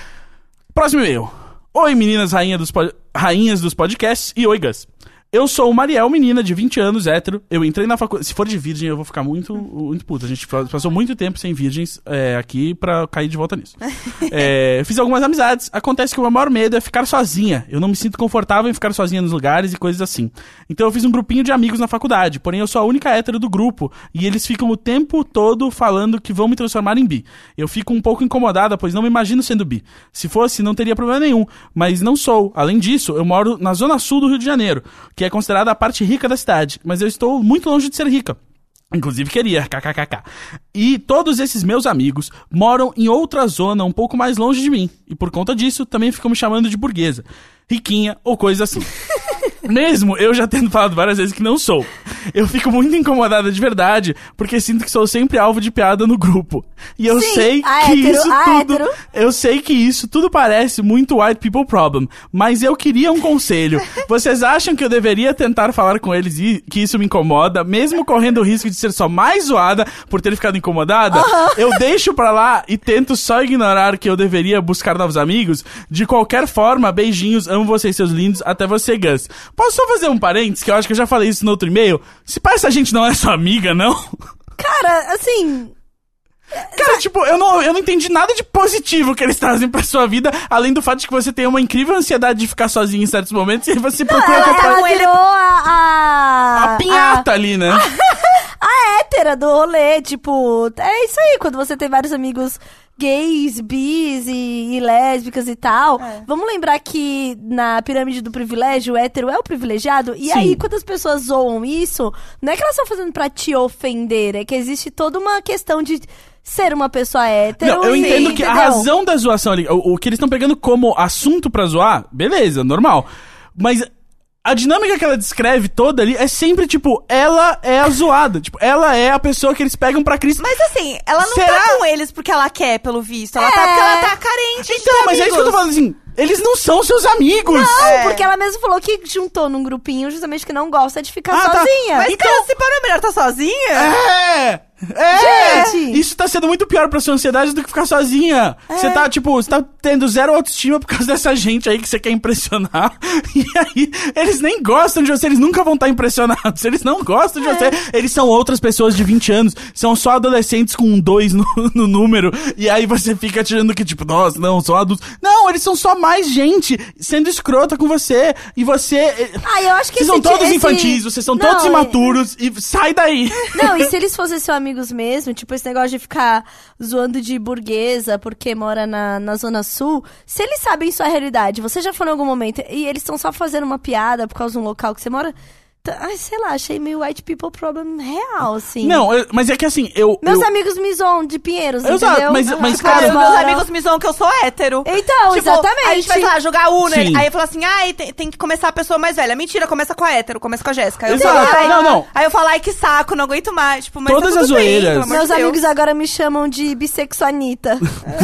Próximo e-mail. Oi, meninas rainhas dos podcasts. E oi, Gus. Eu sou o Mariel, menina de 20 anos, hétero. Eu entrei na faculdade... Se for de virgem, eu vou ficar muito puto. A gente passou muito tempo sem virgens aqui pra cair de volta nisso. Fiz algumas amizades. Acontece que o meu maior medo é ficar sozinha. Eu não me sinto confortável em ficar sozinha nos lugares e coisas assim. Então eu fiz um grupinho de amigos na faculdade. Porém, eu sou a única hétero do grupo. E eles ficam o tempo todo falando que vão me transformar em bi. Eu fico um pouco incomodada, pois não me imagino sendo bi. Se fosse, não teria problema nenhum. Mas não sou. Além disso, eu moro na zona sul do Rio de Janeiro, que é considerada a parte rica da cidade, mas eu estou muito longe de ser rica. Inclusive queria, kkkk. E todos esses meus amigos moram em outra zona um pouco mais longe de mim. E por conta disso, também ficam me chamando de burguesa, riquinha ou coisa assim. Mesmo eu já tendo falado várias vezes que não sou. Eu fico muito incomodada de verdade, porque sinto que sou sempre alvo de piada no grupo. E eu sei que isso tudo... Eu sei que isso tudo parece muito white people problem, mas eu queria um conselho. Vocês acham que eu deveria tentar falar com eles e que isso me incomoda, mesmo correndo o risco de ser só mais zoada por ter ficado incomodada? Eu deixo pra lá e tento só ignorar que eu deveria buscar novos amigos? De qualquer forma, beijinhos, amo vocês, seus lindos, até você, Gus. Posso só fazer um parênteses, que eu acho que eu já falei isso no outro e-mail? Se parece a gente não é sua amiga, não? Cara, assim... Cara, tipo, eu não entendi nada de positivo que eles trazem pra sua vida, além do fato de que você tem uma incrível ansiedade de ficar sozinho em certos momentos e aí você procura Ela virou a pinhata ali, né? A hétera do rolê, tipo... É isso aí, quando você tem vários amigos gays, bis e lésbicas e tal. Vamos lembrar que na pirâmide do privilégio, o hétero é o privilegiado. E Sim. aí, quando as pessoas zoam isso, não é que elas estão fazendo pra te ofender, é que existe toda uma questão de ser uma pessoa hétero. Não, eu entendo que a entendeu? razão da zoação ali, o que eles estão pegando como assunto pra zoar, beleza, normal. Mas a dinâmica que ela descreve toda ali é sempre, tipo, ela é a zoada. Tipo, ela é a pessoa que eles pegam pra Cristo. Mas assim, ela não Será? tá com eles porque ela quer, pelo visto. Ela tá porque ela tá carente de Então, mas é isso que eu tô amigos. falando, assim, eles não são seus amigos. Não, porque ela mesmo falou que juntou num grupinho justamente que não gosta de ficar Ah, tá. sozinha. Mas, Então- cara, se para melhor tá sozinha? Gente! Isso tá sendo muito pior pra sua ansiedade do que ficar sozinha. Você tá, tipo, você tá tendo zero autoestima por causa dessa gente aí que você quer impressionar. E aí, eles nem gostam de você, eles nunca vão estar impressionados. Eles não gostam de você. Eles são outras pessoas de 20 anos, são só adolescentes com um 2 no número. E aí você fica tirando que, tipo, nossa, não, são adultos. Não, eles são só mais gente sendo escrota com você. E você... Ah, eu acho que Vocês são esse- todos esse- infantis, vocês são Não, todos imaturos. E sai daí. Não, e se eles fossem seus amigos mesmo, tipo esse negócio de ficar zoando de burguesa porque mora na Zona Sul, se eles sabem sua realidade, você já foi em algum momento e eles estão só fazendo uma piada por causa de um local que você mora, ai, sei lá, achei meio white people problem real, assim. Não, mas é que assim, Meus amigos me zoam de Pinheiros, Exato, entendeu? mas, Tipo, cara, meus Bora. amigos me zoam que eu sou hétero. Então, Tipo, exatamente. a gente vai lá jogar Uno, Sim. aí eu falo assim, ai, tem que começar a pessoa mais velha. Mentira, começa com a hétero, começa com a Jéssica. Aí eu Exato, falo, ai, não. Aí eu falo, ai, que saco, não aguento mais. Tipo, mas Todas tá as tudo bem, zoeiras. pelo amor Meus de Deus. amigos agora me chamam de bissexuanita.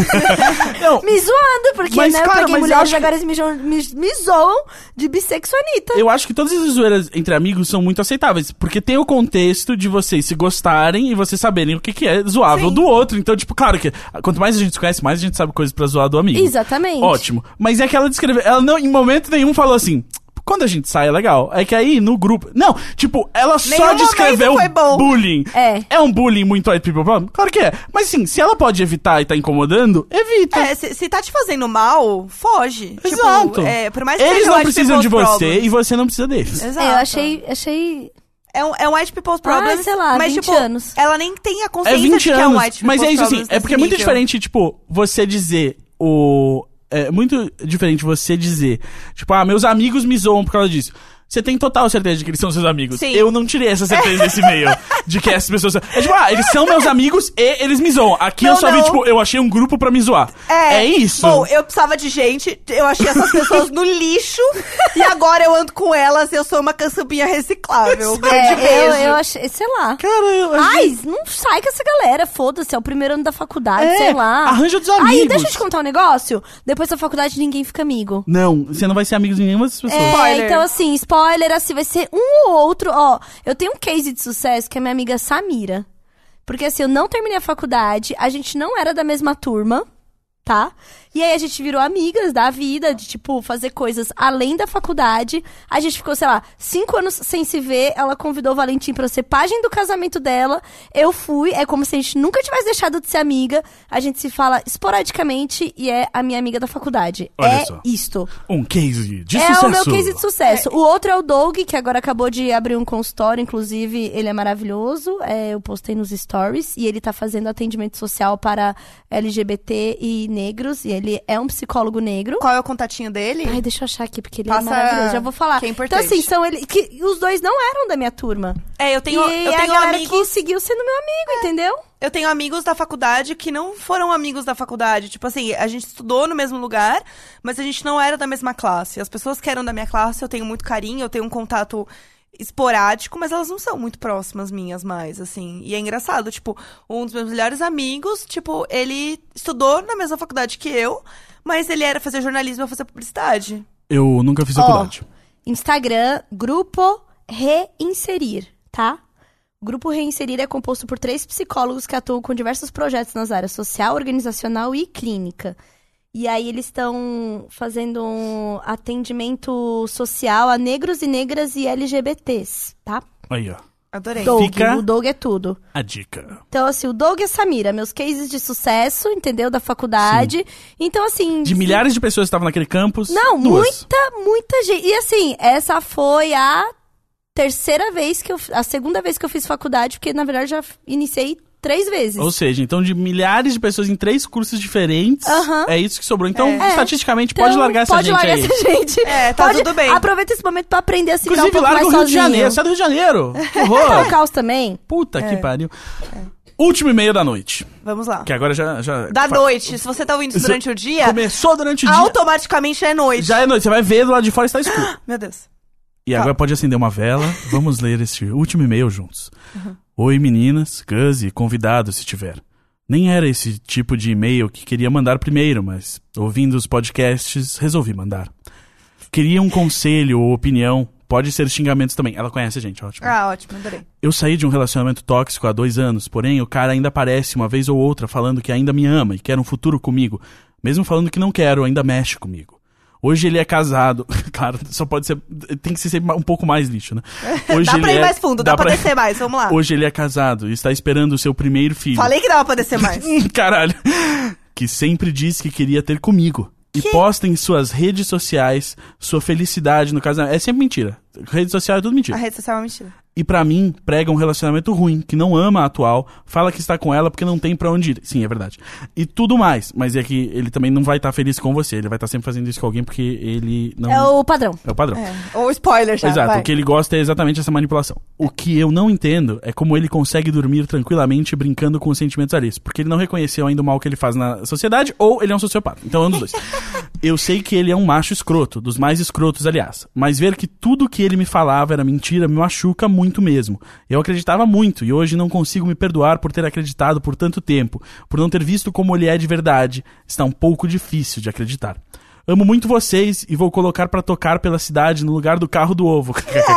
não, Me zoando, porque, Mas, né, cara, eu peguei mas eu mulheres acho e agora eles me zoam de bissexuanita. eu acho que todas as zoeiras entre amigos são muito aceitáveis, porque tem o contexto de vocês se gostarem e vocês saberem o que é zoável Sim. do outro. Então, tipo, claro que quanto mais a gente se conhece, mais a gente sabe coisas pra zoar do amigo. Exatamente. Ótimo. Mas é que ela descreveu, ela não, em momento nenhum falou assim, quando a gente sai é legal. É que aí, no grupo... Não, tipo, ela Nenhum só descreveu momento foi bom. bullying. É. um bullying muito white people problem? Claro que é. Mas sim, se ela pode evitar e tá incomodando, evita. É, se tá te fazendo mal, foge. Exato. Tipo, por mais que Eles seja não white precisam de people's você problems. e você não precisa deles. Exato. Eu achei... É um white people's problems, sei lá, mas 20 tipo, anos. ela nem tem a É consciência 20 de que é anos. um white people's Mas é isso assim, problems é porque é nesse muito nível. diferente, tipo, você dizer o... É muito diferente você dizer, tipo, meus amigos me zoam por causa disso. Você tem total certeza de que eles são seus amigos. Sim. Eu não tirei essa certeza desse e-mail. De que essas pessoas... É tipo, eles são meus amigos e eles me zoam. Aqui Não, eu só vi, não. tipo, eu achei um grupo pra me zoar. É isso. Bom, eu precisava de gente, eu achei essas pessoas no lixo, e agora eu ando com elas e eu sou uma caçambinha reciclável. Grande beijo. Eu achei, sei lá. Cara, eu achei... Ai, não sai com essa galera, foda-se, é o primeiro ano da faculdade, É, sei lá. arranja dos Aí, amigos. deixa eu te contar um negócio. Depois da faculdade, ninguém fica amigo. Não, você não vai ser amigo de nenhuma dessas pessoas. Spoiler. Então assim, spoiler, assim, vai ser um ou outro. Ó, eu tenho um case de sucesso que é minha amiga Samira. Porque assim, eu não terminei a faculdade, a gente não era da mesma turma, tá? E aí a gente virou amigas da vida, de tipo, fazer coisas além da faculdade. A gente ficou, sei lá, 5 anos sem se ver. Ela convidou o Valentim pra eu ser pajem do casamento dela. Eu fui, é como se a gente nunca tivesse deixado de ser amiga. A gente se fala esporadicamente e é a minha amiga da faculdade. Olha é só. isto. Um case de É sucesso. o meu case de sucesso. O outro é o Doug, que agora acabou de abrir um consultório, inclusive ele é maravilhoso. Eu postei nos stories e ele tá fazendo atendimento social para LGBT e negros. E ele é um psicólogo negro. Qual é o contatinho dele? Ai, deixa eu achar aqui, porque ele Passa- é maravilhoso. Já vou falar. que é importante. Então, assim, são ele. Que os dois não eram da minha turma. Eu tenho, e eu a tenho galera amigos. que seguiu sendo meu amigo, entendeu? Eu tenho amigos da faculdade que não foram amigos da faculdade. Tipo assim, a gente estudou no mesmo lugar, mas a gente não era da mesma classe. As pessoas que eram da minha classe, eu tenho muito carinho, eu tenho um contato esporádico, mas elas não são muito próximas minhas mais, assim. E é engraçado, tipo, um dos meus melhores amigos, tipo, ele estudou na mesma faculdade que eu, mas ele era fazer jornalismo e eu fazer publicidade. Eu nunca fiz faculdade. Instagram, Grupo Reinserir, tá? O Grupo Reinserir é composto por 3 psicólogos que atuam com diversos projetos nas áreas social, organizacional e clínica. E aí eles estão fazendo um atendimento social a negros e negras e LGBTs, tá? Aí, ó. Adorei. Doug, Fica o Doug é tudo. a dica. Então, assim, o Doug e a Samira, meus cases de sucesso, entendeu? Da faculdade. Então, assim... De milhares de pessoas que estavam naquele campus, Não, duas. muita gente. E assim, essa foi a segunda vez que eu fiz faculdade, porque na verdade já iniciei 3 vezes. Ou seja, então de milhares de pessoas em 3 cursos diferentes, é isso que sobrou. Então, estatisticamente, Então, pode largar essa gente aí. Pode largar essa gente. Tá tudo bem. Aproveita esse momento pra aprender a se virar um Inclusive, pouco mais larga o Rio de sozinho. Janeiro. Sai do Rio de Janeiro. Que Tá horror. o caos também. Puta que pariu. Último e-mail da noite. Vamos lá. Que agora já Da noite. Se você tá ouvindo isso durante o dia, Começou durante o dia. automaticamente é noite. Já é noite. Você vai ver do lado de fora está escuro. Meu Deus. E agora pode acender uma vela. Vamos ler este último e-mail juntos. Oi, meninas, Gus e convidados, se tiver. Nem era esse tipo de e-mail que queria mandar primeiro, mas, ouvindo os podcasts, resolvi mandar. Queria um conselho ou opinião. Pode ser xingamentos também. Ela conhece a gente, ótimo. Ah, ótimo, adorei. Eu saí de um relacionamento tóxico há 2 anos, porém o cara ainda aparece uma vez ou outra falando que ainda me ama e quer um futuro comigo. Mesmo falando que não quero, ainda mexe comigo. Hoje ele é casado. Claro, só pode ser... Tem que ser um pouco mais lixo, né? Hoje Dá pra ir mais fundo, dá pra descer mais, vamos lá. Hoje ele é casado e está esperando o seu primeiro filho. Falei que dava pra descer mais. Caralho. Que sempre disse que queria ter comigo. E posta em suas redes sociais sua felicidade no casamento. É sempre mentira. Rede social é tudo mentira. A rede social é uma mentira. E pra mim, prega um relacionamento ruim, que não ama a atual, fala que está com ela porque não tem pra onde ir. Sim, é verdade. E tudo mais. Mas é que ele também não vai estar feliz com você. Ele vai estar sempre fazendo isso com alguém porque ele não... É o padrão. É o padrão. Ou spoiler já, Exato, vai. o que ele gosta é exatamente essa manipulação. O que eu não entendo é como ele consegue dormir tranquilamente brincando com os sentimentos alheios. Porque ele não reconheceu ainda o mal que ele faz na sociedade, ou ele é um sociopata. Então é um dos dois. Eu sei que ele é um macho escroto, dos mais escrotos, aliás. Mas ver que tudo que ele me falava era mentira me machuca muito mesmo. Eu acreditava muito e hoje não consigo me perdoar por ter acreditado por tanto tempo, por não ter visto como ele é de verdade. Está um pouco difícil de acreditar. Amo muito vocês e vou colocar pra tocar pela cidade no lugar do carro do ovo.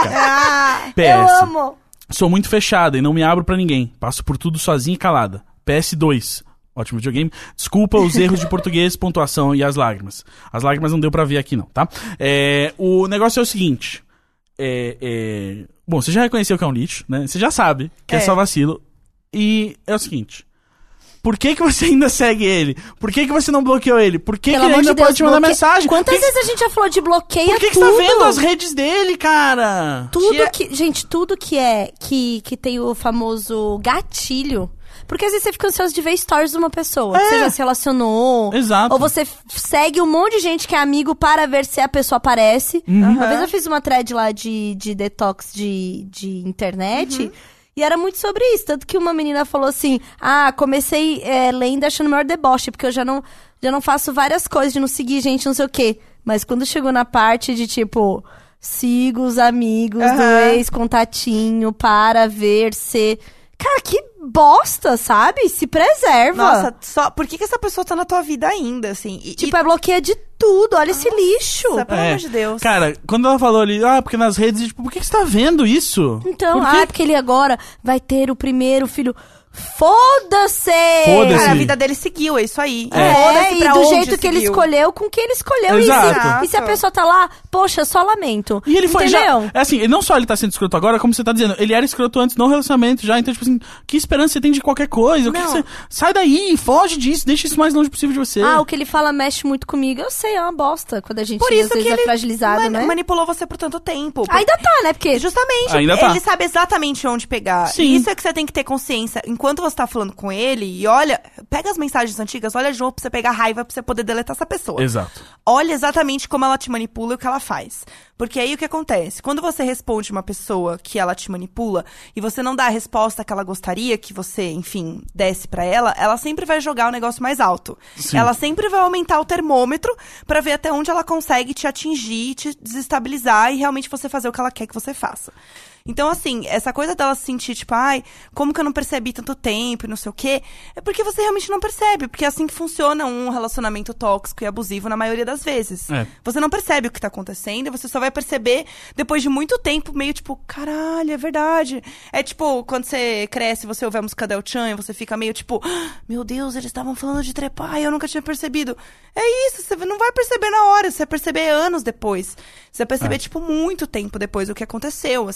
PS. Eu amo. Sou muito fechada e não me abro pra ninguém. Passo por tudo sozinha e calada. PS2. Ótimo videogame. Desculpa os erros de português, pontuação e as lágrimas. As lágrimas não deu pra ver aqui não, tá? O negócio é o seguinte. Bom, você já reconheceu que é um lixo, né? Você já sabe que é só vacilo. E é o seguinte. Por que você ainda segue ele? Por que você não bloqueou ele? Por que ele ainda pode te mandar mensagem? Quantas vezes a gente já falou de bloqueia Por que tudo? você tá vendo as redes dele, cara? Gente, tudo que tem o famoso gatilho. Porque às vezes você fica ansioso de ver stories de uma pessoa que você já se relacionou. Exato. Ou você segue um monte de gente que é amigo para ver se a pessoa aparece. Uma vez eu fiz uma thread lá de detox de internet. E era muito sobre isso. Tanto que uma menina falou assim: comecei lendo achando o maior deboche, porque eu já não faço várias coisas de não seguir gente, não sei o quê. Mas quando chegou na parte de tipo, sigo os amigos do ex-contatinho para ver se... Cara, que bosta, sabe? Se preserva. Nossa, por que essa pessoa tá na tua vida ainda, assim? É bloqueia de tudo, olha esse lixo. Pelo amor de Deus. Cara, quando ela falou ali, porque nas redes, tipo, por que você tá vendo isso? Então, porque ele agora vai ter o primeiro filho. Foda-se! Cara, a vida dele seguiu, é isso aí. E do jeito que ele escolheu, com que ele escolheu. Exato. E se a pessoa tá lá, poxa, só lamento. E ele foi entendeu? Assim, não só ele tá sendo escroto agora, como você tá dizendo, ele era escroto antes no relacionamento já, então, tipo assim, que esperança você tem de qualquer coisa? Sai daí, foge disso, deixa isso mais longe possível de você. O que ele fala mexe muito comigo. Eu sei, é uma bosta quando a gente por isso às vezes que ele é fragilizado, né? manipulou você por tanto tempo. Ainda tá, né? Porque justamente, ainda tá. Ele sabe exatamente onde pegar. Sim. E isso é que você tem que ter consciência. Enquanto você tá falando com ele, e olha, pega as mensagens antigas, olha João, pra você pegar raiva, pra você poder deletar essa pessoa. Exato. Olha exatamente como ela te manipula e o que ela faz. Porque aí o que acontece? Quando você responde uma pessoa que ela te manipula e você não dá a resposta que ela gostaria que você, enfim, desse pra ela, ela sempre vai jogar o negócio mais alto. Sim. Ela sempre vai aumentar o termômetro pra ver até onde ela consegue te atingir, te desestabilizar e realmente você fazer o que ela quer que você faça. Então, assim, essa coisa dela se sentir, tipo, como que eu não percebi tanto tempo e não sei o quê, é porque você realmente não percebe. Porque é assim que funciona um relacionamento tóxico e abusivo na maioria das vezes. Você não percebe o que tá acontecendo e você só vai perceber depois de muito tempo, meio tipo, caralho, é verdade. É tipo, quando você cresce, você ouve a música Del Chan e você fica meio tipo, meu Deus, eles estavam falando de trepar e eu nunca tinha percebido. É isso, você não vai perceber na hora, você vai perceber anos depois. Você vai perceber, tipo, muito tempo depois o que aconteceu, assim. Então,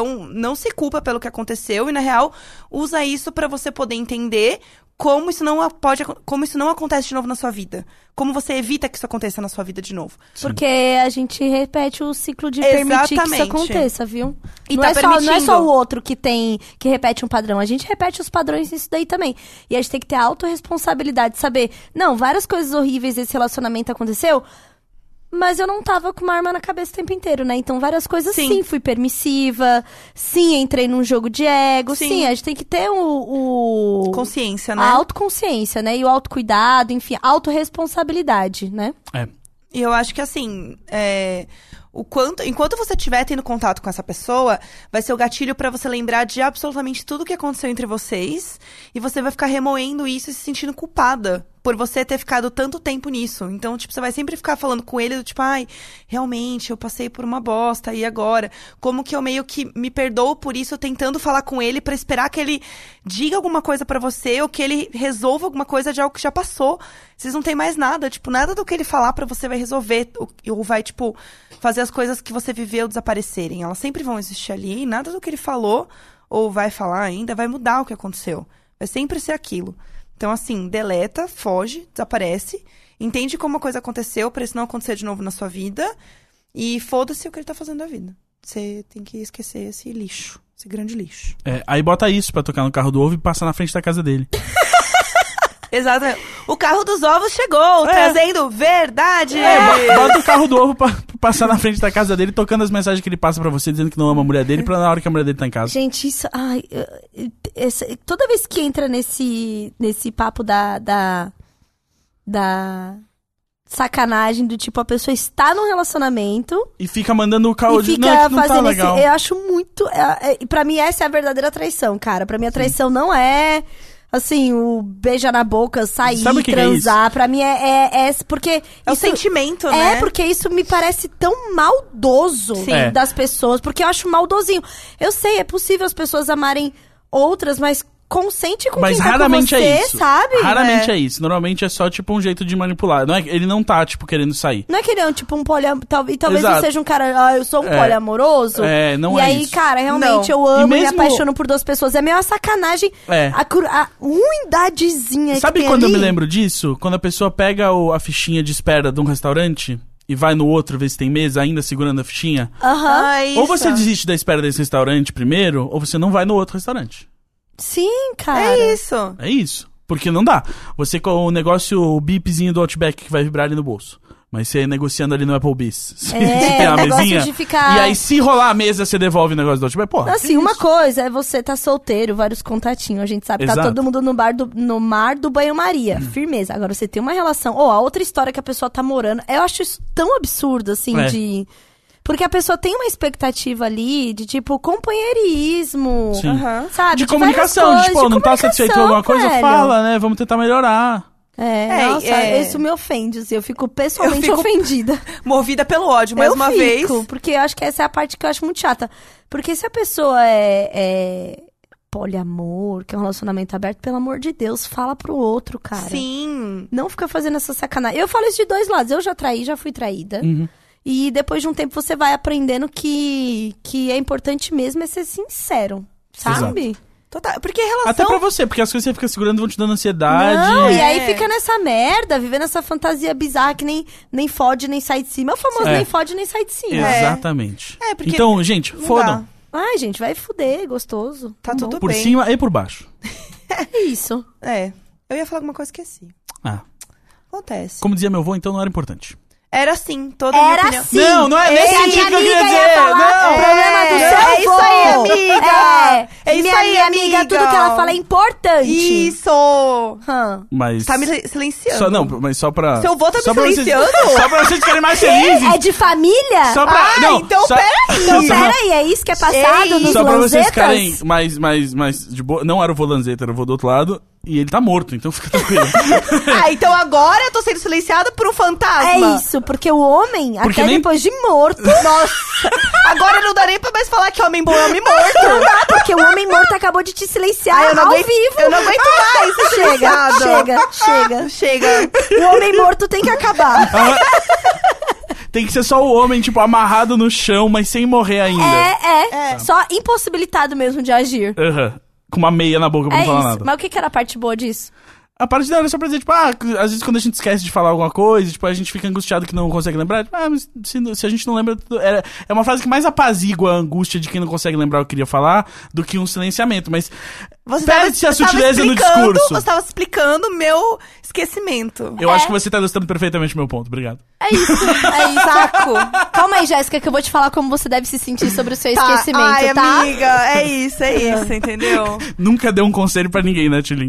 Então, não se culpa pelo que aconteceu e, na real, usa isso pra você poder entender como isso não acontece de novo na sua vida. Como você evita que isso aconteça na sua vida de novo. Porque a gente repete o ciclo de permitir que isso aconteça, viu? E não, não é só o outro que repete um padrão. A gente repete os padrões nisso daí também. E a gente tem que ter autorresponsabilidade, saber, não, várias coisas horríveis desse relacionamento aconteceu, mas eu não tava com uma arma na cabeça o tempo inteiro, né? Então, várias coisas, sim, fui permissiva. Sim, entrei num jogo de ego. Sim, a gente tem que ter consciência, né? A autoconsciência, né? E o autocuidado, enfim, autorresponsabilidade, né? E eu acho que, assim, enquanto você estiver tendo contato com essa pessoa, vai ser o gatilho pra você lembrar de absolutamente tudo que aconteceu entre vocês. E você vai ficar remoendo isso e se sentindo culpada por você ter ficado tanto tempo nisso. Então, tipo, você vai sempre ficar falando com ele do tipo, ai, realmente, eu passei por uma bosta, e agora? Como que eu meio que me perdoo por isso, tentando falar com ele pra esperar que ele diga alguma coisa pra você, ou que ele resolva alguma coisa de algo que já passou. Vocês não têm mais nada, tipo, nada do que ele falar pra você vai resolver, ou vai, tipo, fazer as coisas que você viveu desaparecerem. Elas sempre vão existir ali, e nada do que ele falou, ou vai falar ainda, vai mudar o que aconteceu. Vai sempre ser aquilo. Então, assim, deleta, foge, desaparece, entende como a coisa aconteceu pra isso não acontecer de novo na sua vida e foda-se o que ele tá fazendo da vida. Você tem que esquecer esse lixo, esse grande lixo. Aí bota isso pra tocar no carro do ovo e passa na frente da casa dele. Exatamente. O carro dos ovos chegou, trazendo verdade. Bota o carro do ovo pra passar na frente da casa dele, tocando as mensagens que ele passa pra você, dizendo que não ama a mulher dele, pra na hora que a mulher dele tá em casa. Gente, isso... Ai, toda vez que entra nesse papo da sacanagem, do tipo, a pessoa está num relacionamento... E fica mandando o carro de... Não, é que não tá legal. Eu acho muito... Pra mim, essa é a verdadeira traição, cara. Pra mim, a traição não é... Assim, o beijar na boca, sair, transar, pra mim porque... É o sentimento, né? Porque isso me parece tão maldoso das pessoas, porque eu acho maldosinho. Eu sei, é possível as pessoas amarem outras, mas consente com quem tá com você, é isso. Sabe? Raramente é isso. Normalmente é só, tipo, um jeito de manipular. Ele não tá, tipo, querendo sair. Não é que ele é, tipo, um poliamoroso. Talvez ele seja um cara, eu sou um poliamoroso. Não e é aí, isso. cara, realmente eu amo e me apaixono por duas pessoas. É meio uma sacanagem. A ruindadezinha. Sabe quando eu me lembro disso? Quando a pessoa pega a fichinha de espera de um restaurante e vai no outro ver se tem mesa, ainda segurando a fichinha. Ou você desiste da espera desse restaurante primeiro, ou você não vai no outro restaurante. Sim, cara. É isso. Porque não dá. Você com o negócio, o bipzinho do Outback que vai vibrar ali no bolso. Mas você negociando ali no Applebee's. Você tem a mesinha. De ficar... E aí, se rolar a mesa, você devolve o negócio do Outback. Porra, assim, uma coisa é você tá solteiro, vários contatinhos. A gente sabe que tá todo mundo no mar do banho-maria. Firmeza. Agora, você tem uma relação... a outra história que a pessoa tá morando... Eu acho isso tão absurdo, assim, de... Porque a pessoa tem uma expectativa ali de, tipo, companheirismo, sabe? De comunicação, tipo, não tá satisfeito com alguma coisa, fala, né? Vamos tentar melhorar. Isso me ofende, assim, eu fico pessoalmente ofendida. Movida pelo ódio, mais uma vez. Porque eu acho que essa é a parte que eu acho muito chata. Porque se a pessoa é poliamor, que é um relacionamento aberto, pelo amor de Deus, fala pro outro, cara. Sim. Não fica fazendo essa sacanagem. Eu falo isso de dois lados, eu já fui traída. E depois de um tempo você vai aprendendo que é importante mesmo é ser sincero, sabe? Exato. Total. Porque relação... Até pra você, porque as coisas que você fica segurando vão te dando ansiedade. Não, e aí fica nessa merda, vivendo essa fantasia bizarra que nem fode, nem sai de cima. É o famoso nem fode, nem sai de cima. Exatamente. Então, gente, fodam. Ai, gente, vai fuder, gostoso. Tá tudo bem. Por cima e por baixo. Isso. Eu ia falar alguma coisa que esqueci. Acontece. Como dizia meu avô, então não era importante. Era assim, toda a minha opinião. Assim. Não é nesse sentido que eu queria dizer. O problema do seu avô. Isso aí, amiga. É isso aí, amiga. Tudo que ela fala é importante. Isso. Mas... Tá me silenciando. Mas só pra... Seu avô tá me silenciando? Só pra vocês ficarem mais felizes. É de família? Só pra... então peraí. Então peraí, é isso que é passado nos Só pra lanzetas? vocês ficarem mais de boa. Não era o vô Lanzetta, era o vô do outro lado. E ele tá morto, então fica tranquilo. Então agora eu tô sendo silenciada por um fantasma. É isso, porque o homem, até depois de morto... Nossa, agora não dá nem pra mais falar que homem bom é homem morto. Não dá, porque o homem morto acabou de te silenciar ao vivo. Eu não aguento mais. Chega. Chega. O homem morto tem que acabar. Tem que ser só o homem, tipo, amarrado no chão, mas sem morrer ainda. Só impossibilitado mesmo de agir. Com uma meia na boca pra não falar isso. nada. Mas o que era a parte boa disso? A parte dela é só pra dizer, tipo, às vezes quando a gente esquece de falar alguma coisa, tipo, a gente fica angustiado que não consegue lembrar. Tipo, mas se a gente não lembra... É uma frase que mais apazigua a angústia de quem não consegue lembrar o que queria falar do que um silenciamento, mas... Perde-se a sutileza no discurso. Você tava explicando o meu esquecimento. Eu acho que você tá ilustrando perfeitamente o meu ponto. Obrigado. É isso. Saco. Calma aí, Jéssica, que eu vou te falar como você deve se sentir sobre o seu esquecimento, Ai, tá? amiga, é isso, entendeu? Nunca deu um conselho pra ninguém, né, Tulin?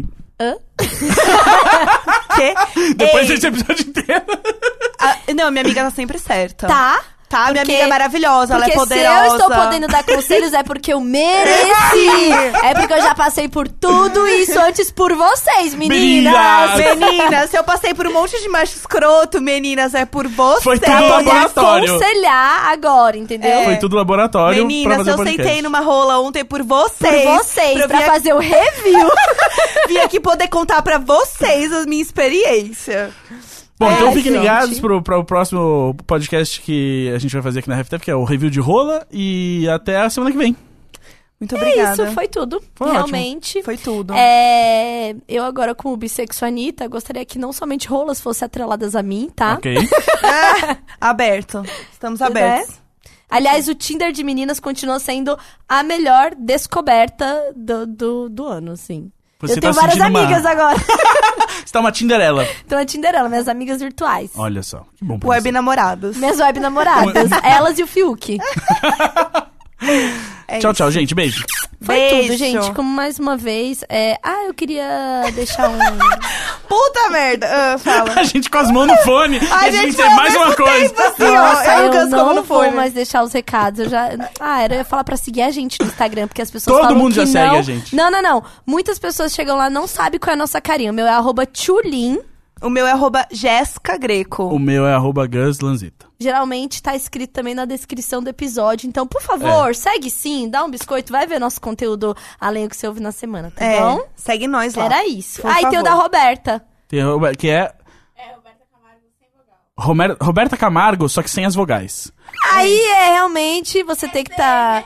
Que? Depois desse episódio inteiro. Não, minha amiga tá sempre certa. Tá, minha amiga é maravilhosa, ela é poderosa. Se eu estou podendo dar conselhos é porque eu mereci. É porque eu já passei por tudo isso antes por vocês, meninas. Meninas, se eu passei por um monte de macho escroto, meninas, é por vocês. Foi tudo laboratório. Aconselhar agora, entendeu? Foi tudo laboratório. Meninas, pra eu fazer sentei numa rola ontem por vocês. Por vocês, pra fazer o review. Vim aqui poder contar pra vocês a minha experiência. Bom, então fiquem ligados pro próximo podcast que a gente vai fazer aqui na RefTef, que é o review de rola. E até a semana que vem. Muito obrigada. Isso, foi tudo. Foi realmente. ótimo. Foi tudo. Eu agora, como bissexuanita, gostaria que não somente rolas fossem atreladas a mim, tá? Ok. Aberto. Estamos abertos. Aliás, o Tinder de meninas continua sendo a melhor descoberta do ano, assim. Você eu tenho várias amigas agora. Você tá uma Tinderela. Tô uma Tinderela, minhas amigas virtuais. Olha só, que bom pra Web você. namorados. Minhas web namoradas. Elas e o Fiuk. Tchau, gente. Beijo. Foi Beijo. tudo, gente. Como mais uma vez... eu queria deixar um... Puta merda. Fala. A gente com as mãos no fone. e a gente tem foi ao mais uma mesmo coisa. tempo, assim, Nossa, ó, eu com as mãos não no vou fone. mais deixar os recados. Eu já... eu ia falar pra seguir a gente no Instagram, porque as pessoas Todo falam mundo que já não... segue a gente. Não. Muitas pessoas chegam lá e não sabem qual é a nossa carinha. O meu é @Tulin. O meu é @Jéssica Greco. O meu é @GusLanzita. Geralmente tá escrito também na descrição do episódio. Então, por favor, segue sim, dá um biscoito, vai ver nosso conteúdo além do que você ouve na semana, tá bom? Segue nós lá. Era isso. Por E tem o da favor. Roberta. Tem a Roberta, que é... Roberta Camargo sem vogal. Roberta Camargo, só que sem as vogais. Aí realmente você tem que estar.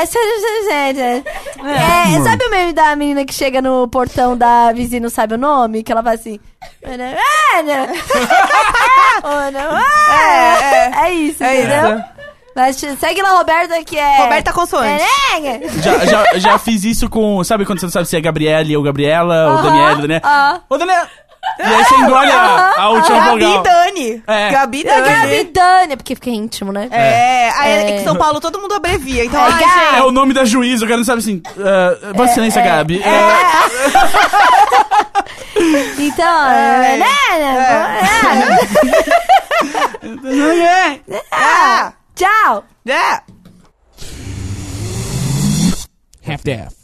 Sabe o meme da menina que chega no portão da vizinha e não sabe o nome? Que ela vai assim. É isso, entendeu? Mas segue lá, Roberta, que é. Roberta Consoante. Já fiz isso com... Sabe quando você não sabe se é Gabriele ou Gabriela, ou Daniela, Daniela? Ô, Daniela! E aí você engole a última Gabi vogal. Dani. É. Gabi É Dani. Gabi Dani, porque fica íntimo, né? É que São Paulo todo mundo abrevia. Então, É o nome da juíza, o cara não sabe assim... Vossa Excelência, Gabi. Então. Tchau! É. Half-Death.